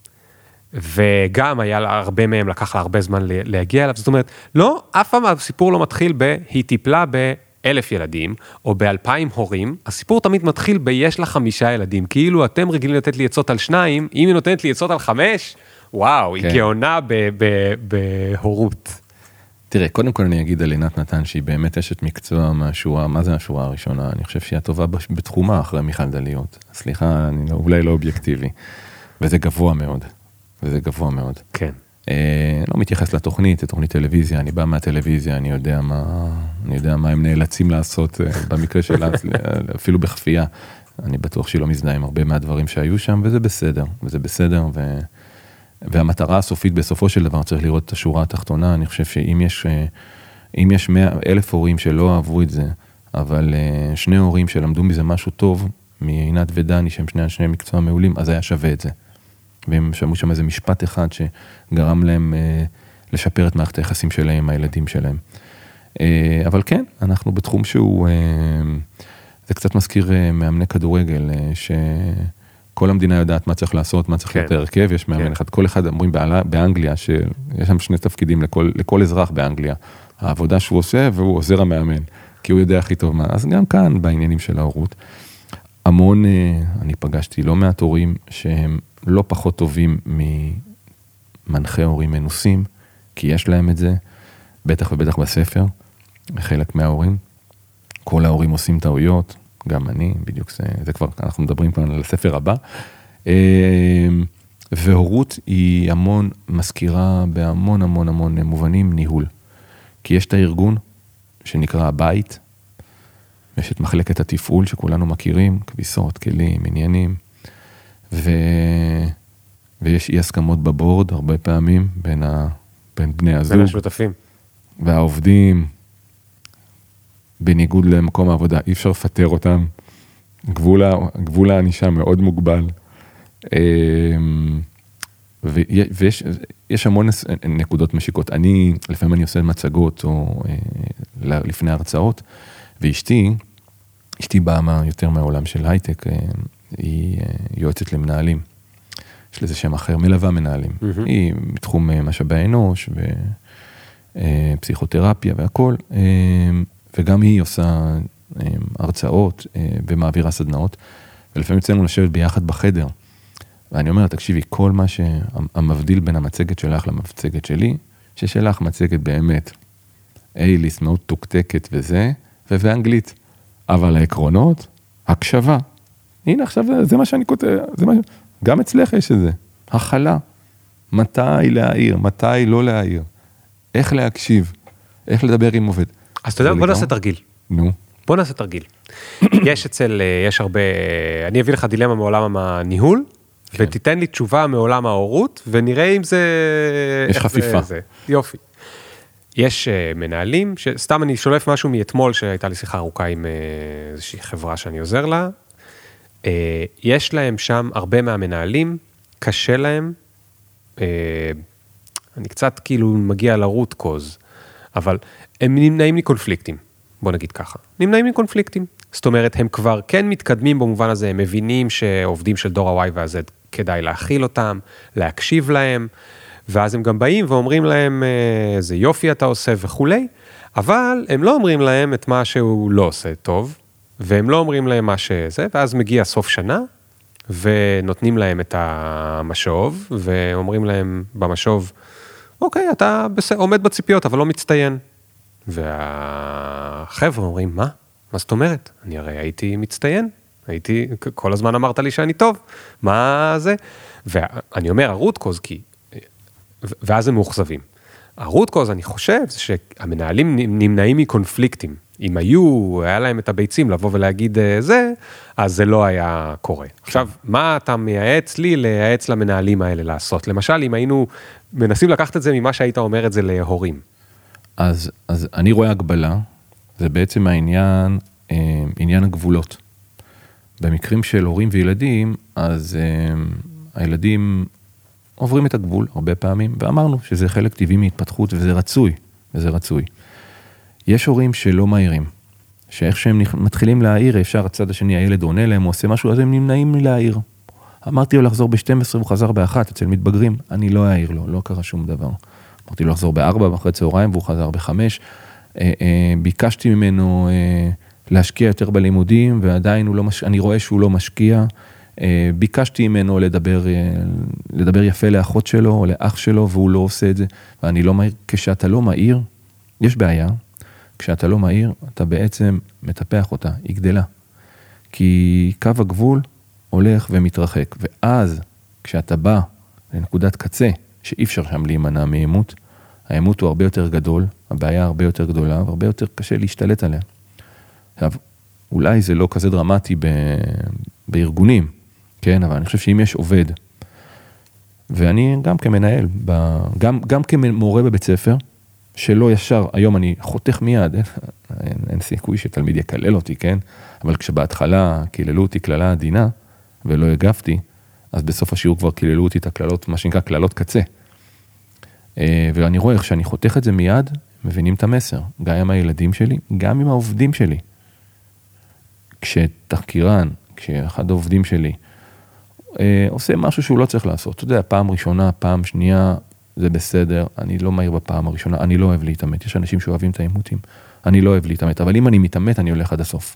וגם היה לה הרבה מהם, לקח לה הרבה זמן להגיע אליו, זאת אומרת, לא, אף פעם הסיפור לא מתחיל ב, היא טיפלה באלף ילדים, או באלפיים הורים, הסיפור תמיד מתחיל ב, יש לה חמישה ילדים, כאילו אתם רגילים לתת לי עצות על שניים, אם היא נותנת לי עצות על חמש, וואו, כן. היא גאונה בהורות.
תראה, קודם כל אני אגיד על עינת נתן, שהיא באמת אשת מקצוע מהשורה, מה זה השורה הראשונה? אני חושב שהיא הטובה בתחומה אחרי מיכל דליות. סליחה, אני לא, אולי לא אובייקטיבי. וזה גבוה מאוד. וזה גבוה מאוד.
כן.
אה, לא מתייחס לתוכנית, לתוכנית טלוויזיה, אני בא מהטלוויזיה, אני יודע מה, אני יודע מה הם נאלצים לעשות במקרה שלה, אפילו בכפייה. אני בטוח שהיא לא מזדהה עם הרבה מהדברים שהיו שם, וזה בסדר. וזה בסדר, ו... והמטרה הסופית בסופו של דבר צריך לראות את השורה התחתונה, אני חושב שאם יש, אם יש מאה, אלף הורים שלא אהבו את זה, אבל שני הורים שלמדו מזה משהו טוב, מעינת ודני, שהם שני אנשי מקצוע מעולים, אז היה שווה את זה. והם שמעו שם איזה משפט אחד שגרם להם לשפר את מערכת היחסים שלהם, הילדים שלהם. אבל כן, אנחנו בתחום שהוא, זה קצת מזכיר מאמני כדורגל, ש... כל המדינה יודעת מה צריך לעשות, מה צריך להיות הרכב, יש מאמן אחד, כל אחד אומרים באנגליה, שיש שם שני תפקידים לכל, לכל אזרח באנגליה, העבודה שהוא עושה, והוא עוזר המאמן, כי הוא יודע הכי טוב מה, אז גם כאן, בעניינים של ההורות, המון, אני פגשתי לא מעט הורים, שהם לא פחות טובים ממנחי הורים מנוסים, כי יש להם את זה, בטח ובטח בספר, חלק מההורים, כל ההורים עושים טעויות, גם אני, בדיוק זה, זה כבר, אנחנו מדברים כאן על הספר הבא, והורות היא המון, מזכירה בהמון המון המון מובנים ניהול, כי יש את הארגון שנקרא הבית, יש את מחלקת התפעול שכולנו מכירים, כביסות, כלים, עניינים, ו... ויש אי הסכמות בבורד הרבה פעמים בין, ה... בין בני הזוג.
בין השותפים.
והעובדים, בניגוד למקום העבודה, אי אפשר לפטר אותם, גבול, גבול הענישה מאוד מוגבל, ויש יש המון נקודות משיקות. אני, לפעמים אני עושה מצגות, או לפני הרצאות, ואשתי, אשתי באה יותר מהעולם של הייטק, היא יועצת למנהלים, יש לזה שם אחר, מלווה מנהלים, mm-hmm. היא מתחום משאבי האנוש, ופסיכותרפיה והכל, וגם היא עושה הרצאות ומעבירה סדנאות, ולפעמים יוצאנו לשבת ביחד בחדר, ואני אומר, תקשיבי, כל מה שהמבדיל בין המצגת שלך למצגת שלי, ששלך מצגת באמת, אייליסט מאוד תוקתקת וזה, ובאנגלית, אבל העקרונות הקשבה. הנה עכשיו זה מה שאני כותב, זה מה... גם אצלך יש את זה. הכלה. מתי להעיר, מתי לא להעיר. איך להקשיב, איך לדבר עם עובד.
אז אתה יודע, בוא נעשה תרגיל.
נו.
בוא נעשה תרגיל. יש אצל, יש הרבה, אני אביא לך דילמה מעולם הניהול, כן. ותיתן לי תשובה מעולם ההורות, ונראה אם זה...
יש חפיפה.
זה, זה. יופי. יש uh, מנהלים, שסתם אני שולף משהו מאתמול, שהייתה לי שיחה ארוכה עם uh, איזושהי חברה שאני עוזר לה, uh, יש להם שם הרבה מהמנהלים, קשה להם, uh, אני קצת כאילו מגיע לרוט קוז, אבל הם נמנעים מקונפליקטים, בוא נגיד ככה, נמנעים מקונפליקטים, זאת אומרת, הם כבר כן מתקדמים במובן הזה, הם מבינים שעובדים של דור ה-Y וה-Z כדאי להכיל אותם, להקשיב להם, ואז הם גם באים ואומרים להם, זה יופי אתה עושה וכולי, אבל הם לא אומרים להם את מה שהוא לא עושה טוב, והם לא אומרים להם מה שזה, ואז מגיע סוף שנה, ונותנים להם את המשוב, ואומרים להם במשוב, אוקיי, אתה עומד בציפיות, אבל לא מצטיין. והחבר'ה אומרים, מה? מה זאת אומרת? אני הרי הייתי מצטיין, הייתי, כל הזמן אמרת לי שאני טוב, מה זה? ואני אומר, הרוט קוז, כי, ואז הם מאוכזבים. הרוט קוז, אני חושב, זה שהמנהלים נמנעים מקונפליקטים. אם היו, היה להם את הביצים לבוא ולהגיד זה, אז זה לא היה קורה. עכשיו, מה אתה מייעץ לי, לייעץ למנהלים האלה לעשות? למשל, אם היינו מנסים לקחת את זה ממה שהיית אומר את זה להורים.
אז, אז אני רואה הגבלה, זה בעצם העניין, עניין הגבולות. במקרים של הורים וילדים, אז הילדים עוברים את הגבול הרבה פעמים, ואמרנו שזה חלק טבעי מהתפתחות, וזה רצוי, וזה רצוי. יש הורים שלא מהירים, שאיך שהם מתחילים להעיר, אפשר הצד השני, הילד עונה להם, הוא עושה משהו, אז הם נמנעים מלהעיר. אמרתי לו לחזור ב-שתים עשרה, הוא חזר באחת, אצל מתבגרים, אני לא אעיר לו, לא קרה שום דבר. אמרתי לו לחזור בארבע, אחרי צהריים, והוא חזר בחמש. ביקשתי ממנו להשקיע יותר בלימודים, ועדיין הוא לא מש... אני רואה שהוא לא משקיע. ביקשתי ממנו לדבר, לדבר יפה לאחות שלו, או לאח שלו, והוא לא עושה את זה. ואני לא מהיר, כשאתה לא מהיר, יש בעיה. כשאתה לא מהיר, אתה בעצם מטפח אותה, היא גדלה. כי קו הגבול הולך ומתרחק. ואז, כשאתה בא לנקודת קצה, שאי אפשר שם להימנע מאימות, האימות הוא הרבה יותר גדול, הבעיה הרבה יותר גדולה, והרבה יותר קשה להשתלט עליה. עכשיו, אולי זה לא כזה דרמטי ב... בארגונים, כן, אבל אני חושב שאם יש עובד, ואני גם כמנהל, ב... גם, גם כמורה בבית ספר, שלא ישר, היום אני חותך מיד, אין, אין, אין סיכוי שתלמיד יקלל אותי, כן? אבל כשבהתחלה קיללו אותי כללה עדינה, ולא הגבתי, אז בסוף השיעור כבר קיללו אותי את הכללות, מה שנקרא כללות קצה. ואני רואה איך שאני חותך את זה מיד, מבינים את המסר, גם עם הילדים שלי, גם עם העובדים שלי. כשתחקירן, כשאחד העובדים שלי, עושה משהו שהוא לא צריך לעשות, אתה יודע, פעם ראשונה, פעם שנייה, זה בסדר, אני לא מהיר בפעם הראשונה, אני לא אוהב להתאמת, יש אנשים שאוהבים את האימותים, אני לא אוהב להתאמת, אבל אם אני מתאמת, אני הולך עד הסוף.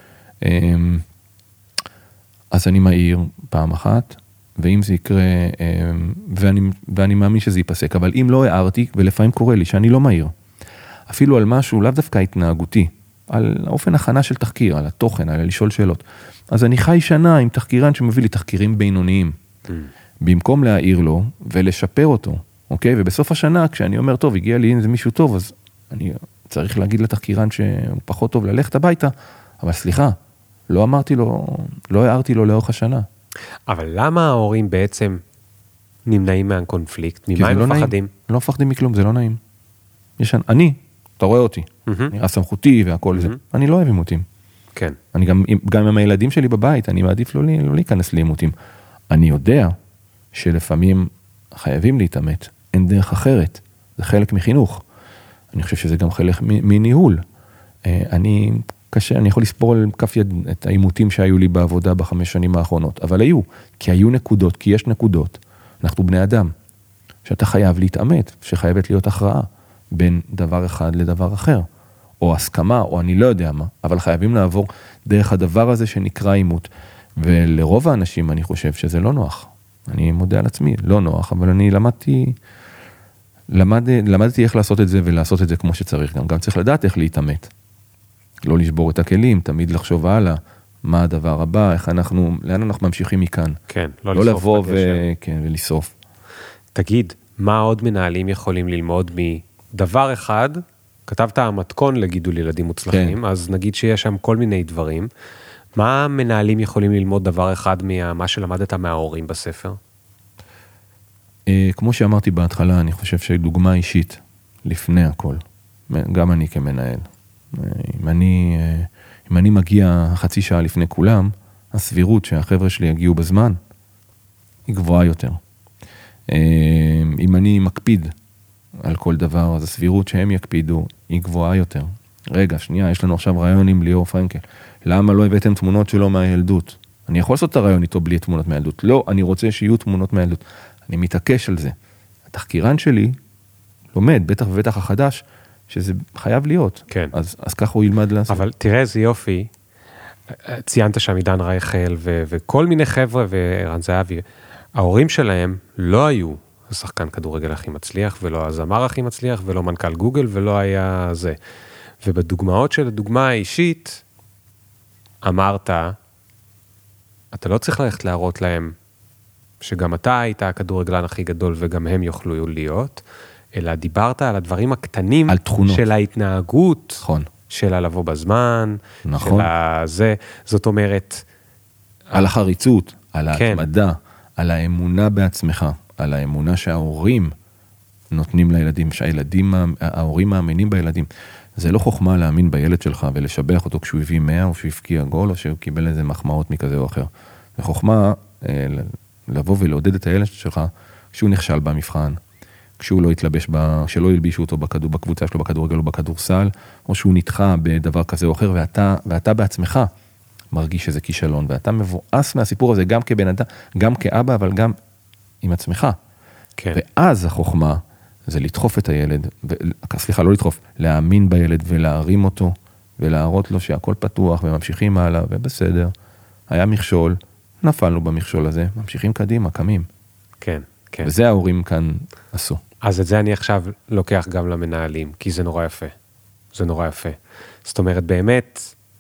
אז אני מהיר פעם אחת, ואם זה יקרה, ואני, ואני מאמין שזה ייפסק, אבל אם לא הערתי, ולפעמים קורה לי שאני לא מהיר, אפילו על משהו, לאו דווקא התנהגותי, על האופן הכנה של תחקיר, על התוכן, על לשאול שאלות, אז אני חי שנה עם תחקירן שמביא לי תחקירים בינוניים, mm. במקום להעיר לו ולשפר אותו, אוקיי? ובסוף השנה, כשאני אומר, טוב, הגיע לי, אם זה מישהו טוב, אז אני צריך להגיד לתחקירן שהוא פחות טוב ללכת הביתה, אבל סליחה, לא אמרתי לו, לא הערתי לו לאורך השנה. אבל
למה ההורים בעצם נמנעים מהקונפליקט? ממה הם מפחדים?
לא מפחדים מכלום, זה לא נעים. יש, אני, אתה רואה אותי, נראה סמכותי והכל זה, אני לא אוהב אימותים.
כן.
אני גם, גם עם הילדים שלי בבית, אני מעדיף לא, לא להיכנס לאימותים. אני יודע שלפעמים חייבים להתאמת, אין דרך אחרת, זה חלק מחינוך. אני חושב שזה גם חלק מניהול. אני קשה, אני יכול לספור על כף יד את האימותים שהיו לי בעבודה בחמש שנים האחרונות, אבל היו, כי היו נקודות, כי יש נקודות. אנחנו בני אדם, שאתה חייב להתאמת, שחייבת להיות הכרעה בין דבר אחד לדבר אחר, או הסכמה, או אני לא יודע מה, אבל חייבים לעבור דרך הדבר הזה שנקרא אימות. ולרוב האנשים אני חושב שזה לא נוח. אני מודה על עצמי, לא נוח, אבל אני למדתי, למד, למדתי איך לעשות את זה ולעשות את זה כמו שצריך. גם, גם צריך לדעת איך להתאמת. לא לשבור את הכלים, תמיד לחשוב הלאה, מה הדבר הבא, איך אנחנו, לאן אנחנו ממשיכים מכאן.
כן,
לא, לא לבוא ו... כן, ולסוף.
תגיד, מה עוד מנהלים יכולים ללמוד מדבר אחד, כתבת המתכון לגידול ילדים מוצלחים, כן. אז נגיד שיש שם כל מיני דברים, מה מנהלים יכולים ללמוד דבר אחד ממה שלמדת מההורים בספר?
כמו שאמרתי בהתחלה, אני חושב שדוגמה אישית, לפני הכל, גם אני כמנהל. אם אני, אם אני מגיע חצי שעה לפני כולם, הסבירות שהחבר'ה שלי יגיעו בזמן, היא גבוהה יותר. אם אני מקפיד על כל דבר, אז הסבירות שהם יקפידו, היא גבוהה יותר. רגע, שנייה, יש לנו עכשיו רעיון עם ליאור פרנקל. למה לא הבאתם תמונות שלו מהילדות? אני יכול לעשות את הרעיון איתו בלי תמונות מהילדות. לא, אני רוצה שיהיו תמונות מהילדות. אני מתעקש על זה. התחקירן שלי לומד, בטח ובטח החדש, שזה חייב להיות.
כן.
אז, אז ככה הוא ילמד לעשות.
אבל תראה איזה יופי, ציינת שם עידן רייכל ו- וכל מיני חבר'ה וערן זהבי, ההורים שלהם לא היו השחקן כדורגל הכי מצליח, ולא הזמר הכי מצליח, ולא מנכ"ל גוגל, ולא היה זה. ובדוגמאות של הדוגמה האישית, אמרת, אתה לא צריך ללכת להראות להם, שגם אתה היית הכדורגלן הכי גדול, וגם הם יוכלו להיות, אלא דיברת על הדברים הקטנים,
על תכונות.
של ההתנהגות,
נכון.
של הלבוא בזמן,
נכון.
של הזה, זאת אומרת,
על החריצות, על
כן.
ההתמדה, על האמונה בעצמך, על האמונה שההורים נותנים לילדים, שהילדים, ההורים מאמינים בילדים. זה לא חוכמה להאמין בילד שלך ולשבח אותו כשהוא הביא מאה או שהוא הפקיע גול או שהוא קיבל איזה מחמאות מכזה או אחר. זה חוכמה לבוא ולעודד את הילד שלך כשהוא נכשל במבחן, כשהוא לא התלבש, שלא ילבישו אותו בכדור, בקבוצה שלו בכדורגל או בכדורסל, או שהוא נדחה בדבר כזה או אחר, ואתה, ואתה בעצמך מרגיש שזה כישלון, ואתה מבואס מהסיפור הזה גם כבן אדם, גם כאבא, אבל גם עם עצמך.
כן.
ואז החוכמה זה לדחוף את הילד, ו... סליחה, לא לדחוף, להאמין בילד ולהרים אותו, ולהראות לו שהכל פתוח, וממשיכים הלאה, ובסדר. היה מכשול, נפלנו במכשול הזה, ממשיכים קדימה, קמים.
כן, כן.
וזה ההורים כאן עשו.
אז את זה אני עכשיו לוקח גם למנהלים, כי זה נורא יפה. זה נורא יפה. זאת אומרת, באמת,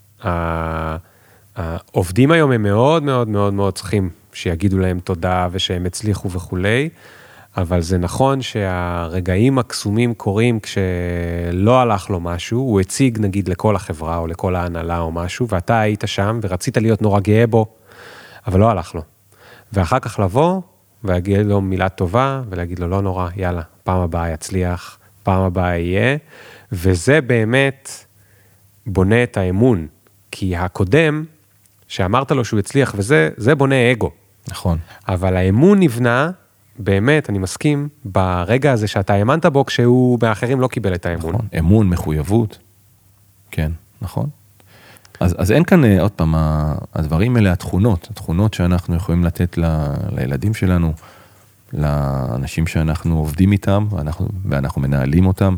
העובדים היום הם מאוד מאוד מאוד מאוד צריכים שיגידו להם תודה ושהם הצליחו וכולי, אבל זה נכון שהרגעים הקסומים קורים כשלא הלך לו משהו, הוא הציג נגיד לכל החברה או לכל ההנהלה או משהו, ואתה היית שם ורצית להיות נורא גאה בו, אבל לא הלך לו. ואחר כך לבוא ולהגיד לו מילה טובה, ולהגיד לו לא נורא, יאללה, פעם הבאה יצליח, פעם הבאה יהיה, וזה באמת בונה את האמון, כי הקודם, שאמרת לו שהוא הצליח וזה, זה בונה אגו.
נכון.
אבל האמון נבנה, באמת, אני מסכים, ברגע הזה שאתה האמנת בו, כשהוא באחרים לא קיבל את האמון.
נכון, אמון, מחויבות, כן, נכון. אז, אז אין כאן, עוד פעם, הדברים האלה, התכונות, התכונות שאנחנו יכולים לתת ל, לילדים שלנו, לאנשים שאנחנו עובדים איתם, ואנחנו, ואנחנו מנהלים אותם,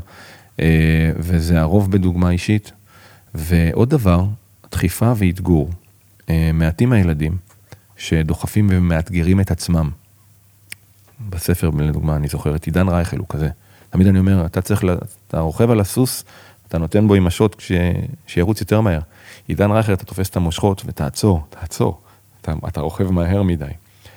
וזה הרוב בדוגמה אישית. ועוד דבר, דחיפה והתגור, מעטים הילדים שדוחפים ומאתגרים את עצמם. בספר, לדוגמה, אני זוכר את עידן רייכל, הוא כזה. תמיד אני אומר, אתה צריך, אתה רוכב על הסוס, אתה נותן בו עם השוט כש, שירוץ יותר מהר. עידן רייכל, אתה תופס את המושכות ותעצור, תעצור. אתה, אתה רוכב מהר מדי.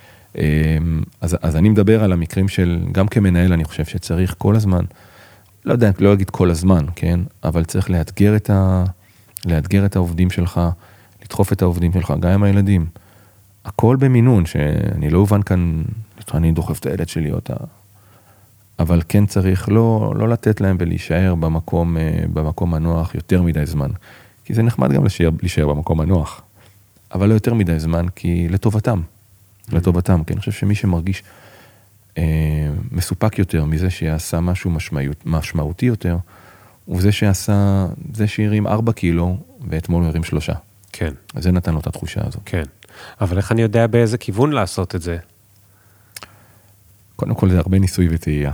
אז, אז אני מדבר על המקרים של, גם כמנהל, אני חושב שצריך כל הזמן, לא יודע, לא אגיד כל הזמן, כן? אבל צריך לאתגר את ה, לאתגר את העובדים שלך, לדחוף את העובדים שלך, גם עם הילדים. הכל במינון, שאני לא אובן כאן, אני דוחף את הילד שלי אותה, אבל כן צריך לא, לא לתת להם ולהישאר במקום, במקום הנוח יותר מדי זמן, כי זה נחמד גם להישאר, להישאר במקום הנוח, אבל לא יותר מדי זמן, כי לטובתם, לטובתם, כי אני חושב שמי שמרגיש אה, מסופק יותר מזה שיעשה משהו משמעות, משמעותי יותר, וזה שעשה, זה שהרים ארבע קילו, ואתמול הוא הרים שלושה.
כן.
אז זה נתן לו את התחושה הזו.
כן. אבל איך אני יודע באיזה כיוון לעשות את זה?
קודם כל זה הרבה ניסוי וטעייה.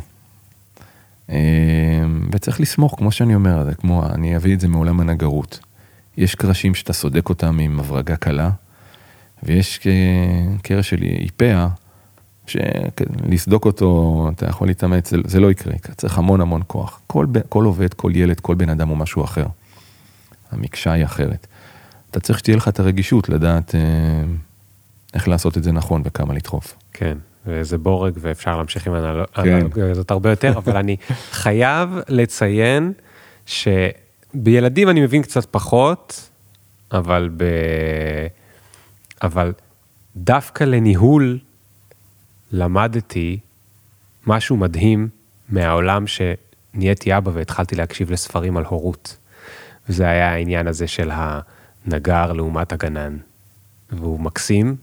וצריך לסמוך, כמו שאני אומר, זה כמו, אני אביא את זה מעולם הנגרות. יש קרשים שאתה סודק אותם עם מברגה קלה, ויש קרש של איפיה, שלסדוק אותו, אתה יכול להתאמץ, זה, זה לא יקרה, צריך המון המון כוח. כל, כל עובד, כל ילד, כל בן אדם הוא משהו אחר. המקשה היא אחרת. אתה צריך שתהיה לך את הרגישות לדעת איך לעשות את זה נכון וכמה לדחוף.
כן, וזה בורג ואפשר להמשיך עם האנלוגיה הזאת הרבה יותר, אבל אני חייב לציין שבילדים אני מבין קצת פחות, אבל ב... אבל דווקא לניהול למדתי משהו מדהים מהעולם שנהייתי אבא והתחלתי להקשיב לספרים על הורות. וזה היה העניין הזה של הנגר לעומת הגנן. והוא מקסים,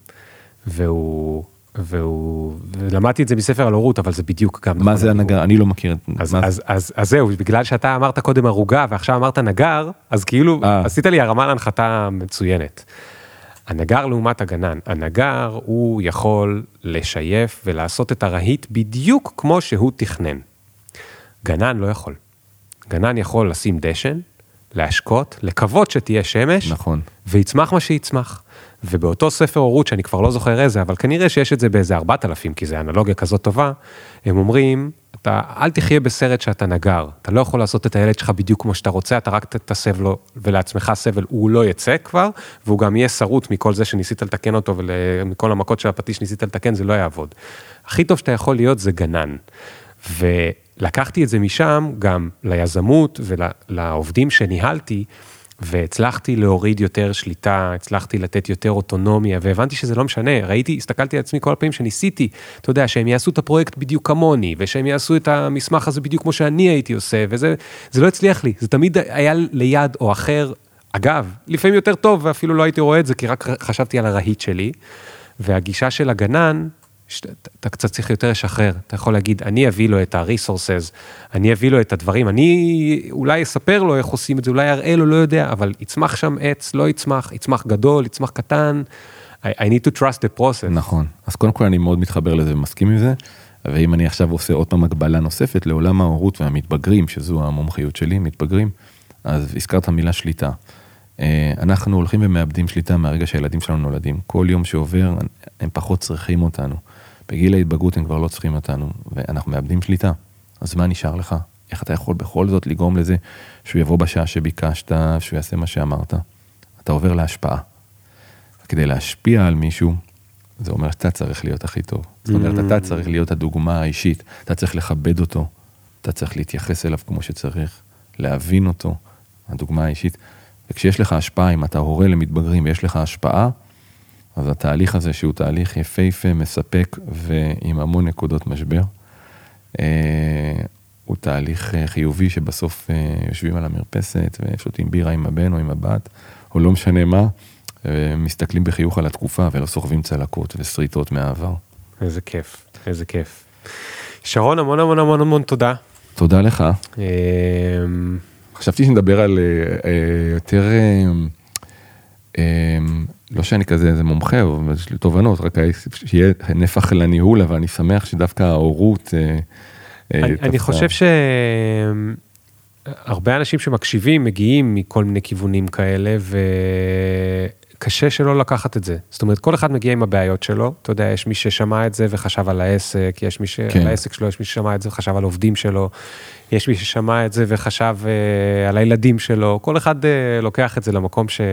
והוא, והוא, ולמדתי את זה מספר על הורות, אבל זה בדיוק גם...
מה זה הנגר? אני לא מכיר.
אז, אז, אז, אז זהו, בגלל שאתה אמרת קודם הרוגה, ועכשיו אמרת נגר, אז כאילו עשית לי הרמה להנחתה מצוינת. הנגר לעומת הגנן, הנגר הוא יכול לשייף ולעשות את הרהיט בדיוק כמו שהוא תכנן. גנן לא יכול. גנן יכול לשים דשן, להשקות, לקוות שתהיה שמש,
נכון.
ויצמח מה שיצמח. ובאותו ספר הורות, שאני כבר לא זוכר איזה, אבל כנראה שיש את זה באיזה ארבעת אלפים, כי זה אנלוגיה כזאת טובה, הם אומרים, אתה אל תחיה בסרט שאתה נגר, אתה לא יכול לעשות את הילד שלך בדיוק כמו שאתה רוצה, אתה רק תסב לו ולעצמך סבל, הוא לא יצא כבר, והוא גם יהיה שרוט מכל זה שניסית לתקן אותו, ומכל המכות של הפטיש ניסית לתקן, זה לא יעבוד. הכי טוב שאתה יכול להיות זה גנן. ולקחתי את זה משם גם ליזמות ולעובדים שניהלתי, והצלחתי להוריד יותר שליטה, הצלחתי לתת יותר אוטונומיה, והבנתי שזה לא משנה, ראיתי, הסתכלתי על עצמי כל הפעמים שניסיתי, אתה יודע, שהם יעשו את הפרויקט בדיוק כמוני, ושהם יעשו את המסמך הזה בדיוק כמו שאני הייתי עושה, וזה זה לא הצליח לי, זה תמיד היה ליד או אחר, אגב, לפעמים יותר טוב, ואפילו לא הייתי רואה את זה, כי רק חשבתי על הרהיט שלי, והגישה של הגנן, אתה קצת צריך יותר לשחרר, אתה יכול להגיד, אני אביא לו את ה-resources, אני אביא לו את הדברים, אני אולי אספר לו איך עושים את זה, אולי אראה לו, לא יודע, אבל יצמח שם עץ, לא יצמח, יצמח גדול, יצמח קטן, I, I need to trust the process.
נכון, אז קודם כל אני מאוד מתחבר לזה ומסכים עם זה, ואם אני עכשיו עושה עוד פעם הגבלה נוספת לעולם ההורות והמתבגרים, שזו המומחיות שלי, מתבגרים, אז הזכרת המילה שליטה. אנחנו הולכים ומאבדים שליטה מהרגע שהילדים שלנו נולדים. כל יום שעובר, הם פחות צריכים אותנו. בגיל ההתבגרות הם כבר לא צריכים אותנו, ואנחנו מאבדים שליטה. אז מה נשאר לך? איך אתה יכול בכל זאת לגרום לזה שהוא יבוא בשעה שביקשת, שהוא יעשה מה שאמרת? אתה עובר להשפעה. כדי להשפיע על מישהו, זה אומר שאתה צריך להיות הכי טוב. זאת אומרת, אתה צריך להיות הדוגמה האישית, אתה צריך לכבד אותו, אתה צריך להתייחס אליו כמו שצריך, להבין אותו, הדוגמה האישית. וכשיש לך השפעה, אם אתה הורה למתבגרים ויש לך השפעה, אז התהליך הזה שהוא תהליך יפהפה, מספק ועם המון נקודות משבר, הוא תהליך חיובי שבסוף יושבים על המרפסת ושותים בירה עם הבן או עם הבת, או לא משנה מה, מסתכלים בחיוך על התקופה ולא סוחבים צלקות וסריטות מהעבר.
איזה כיף, איזה כיף. שרון, המון המון המון המון תודה.
תודה לך. חשבתי שנדבר על יותר, לא שאני כזה איזה מומחה, אבל יש לי תובנות, רק שיהיה נפח לניהול, אבל אני שמח שדווקא ההורות...
אני חושב שהרבה אנשים שמקשיבים מגיעים מכל מיני כיוונים כאלה, וקשה שלא לקחת את זה. זאת אומרת, כל אחד מגיע עם הבעיות שלו, אתה יודע, יש מי ששמע את זה וחשב על העסק, יש מי שעל העסק שלו, יש מי ששמע את זה וחשב על עובדים שלו, יש מי ששמע את זה וחשב על הילדים שלו, כל אחד לוקח את זה למקום ש...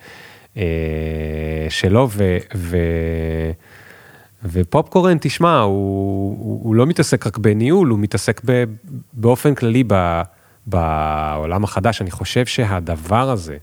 שלו, ו... ו... ופופקורן, תשמע, הוא, הוא, הוא לא מתעסק רק בניהול, הוא מתעסק ב, באופן כללי ב, בעולם החדש. אני חושב שהדבר הזה,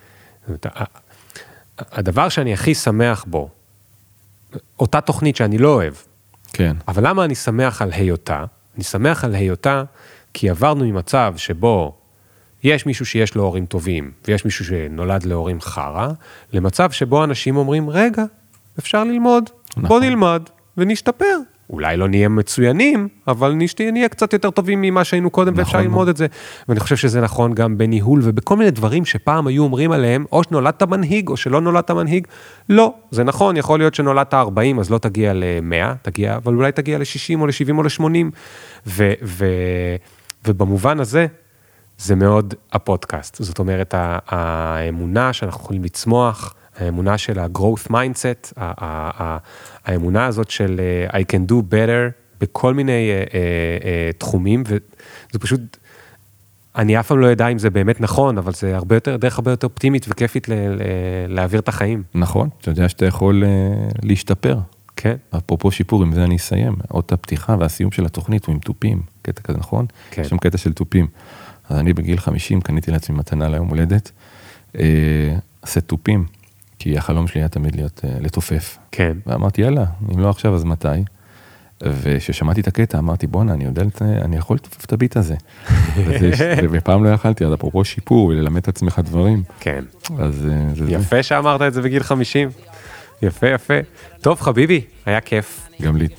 הדבר שאני הכי שמח בו, אותה תוכנית שאני לא אוהב,
כן.
אבל למה אני שמח על היותה? אני שמח על היותה, כי עברנו ממצב שבו יש מישהו שיש לו הורים טובים, ויש מישהו שנולד להורים חרה, למצב שבו אנשים אומרים, רגע, אפשר ללמוד, נכון. בוא נלמד ונשתפר. אולי לא נהיה מצוינים, אבל נהיה קצת יותר טובים ממה שהיינו קודם, נכון, ואפשר ללמוד את זה. ואני חושב שזה נכון גם בניהול, ובכל מיני דברים שפעם היו אומרים עליהם, או שנולדת מנהיג, או שלא נולדת מנהיג. לא, זה נכון, יכול להיות שנולדת ארבעים, אז לא תגיע ל-מאה, תגיע, אבל אולי תגיע ל-שישים, או ל-שבעים, או ל-שמונים. ו- ו- ובמובן הזה, זה מאוד הפודקאסט. זאת אומרת, האמונה שאנחנו יכולים לצמוח, האמונה של ה-growth mindset, האמונה הזאת של I can do better בכל מיני תחומים, וזה פשוט, אני אף פעם לא יודע אם זה באמת נכון, אבל זה הרבה יותר, דרך הרבה יותר אופטימית וכיפית ל- ל- להעביר את החיים.
נכון, אתה יודע שאתה יכול להשתפר.
כן.
אפרופו שיפור, עם זה אני אסיים. אות הפתיחה והסיום של התוכנית הוא עם טופים, קטע כזה, נכון?
כן.
יש שם קטע של טופים. אז אני בגיל חמישים קניתי לעצמי מתנה ליום הולדת, עשה טופים, כי החלום שלי היה תמיד להיות לתופף.
כן.
ואמרתי, יאללה, אם לא עכשיו, אז מתי? וששמעתי את הקטע, אמרתי, בונה, אני יודע, אני יכול לתופף את הביט הזה. ובפעם לא יכלתי, אז אפרופו שיפור, וללמד את עצמך דברים.
כן.
אז זה...
יפה שאמרת את זה בגיל חמישים. יפה, יפה. טוב, חביבי, היה כיף.
גם לי.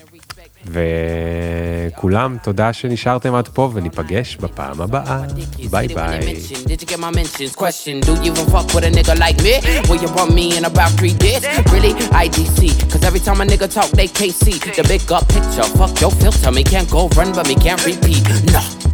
וכולם, תודה שנשארתם עד פה, וניפגש בפעם הבאה. ביי ביי.
Did you get my mentions? Question, do you even fuck with a nigga like me? Will you run me in about three days? Really? I D C. Cause every time a nigga talk, they K C. The big up picture, fuck your filter. Me can't go run, but me can't repeat. No.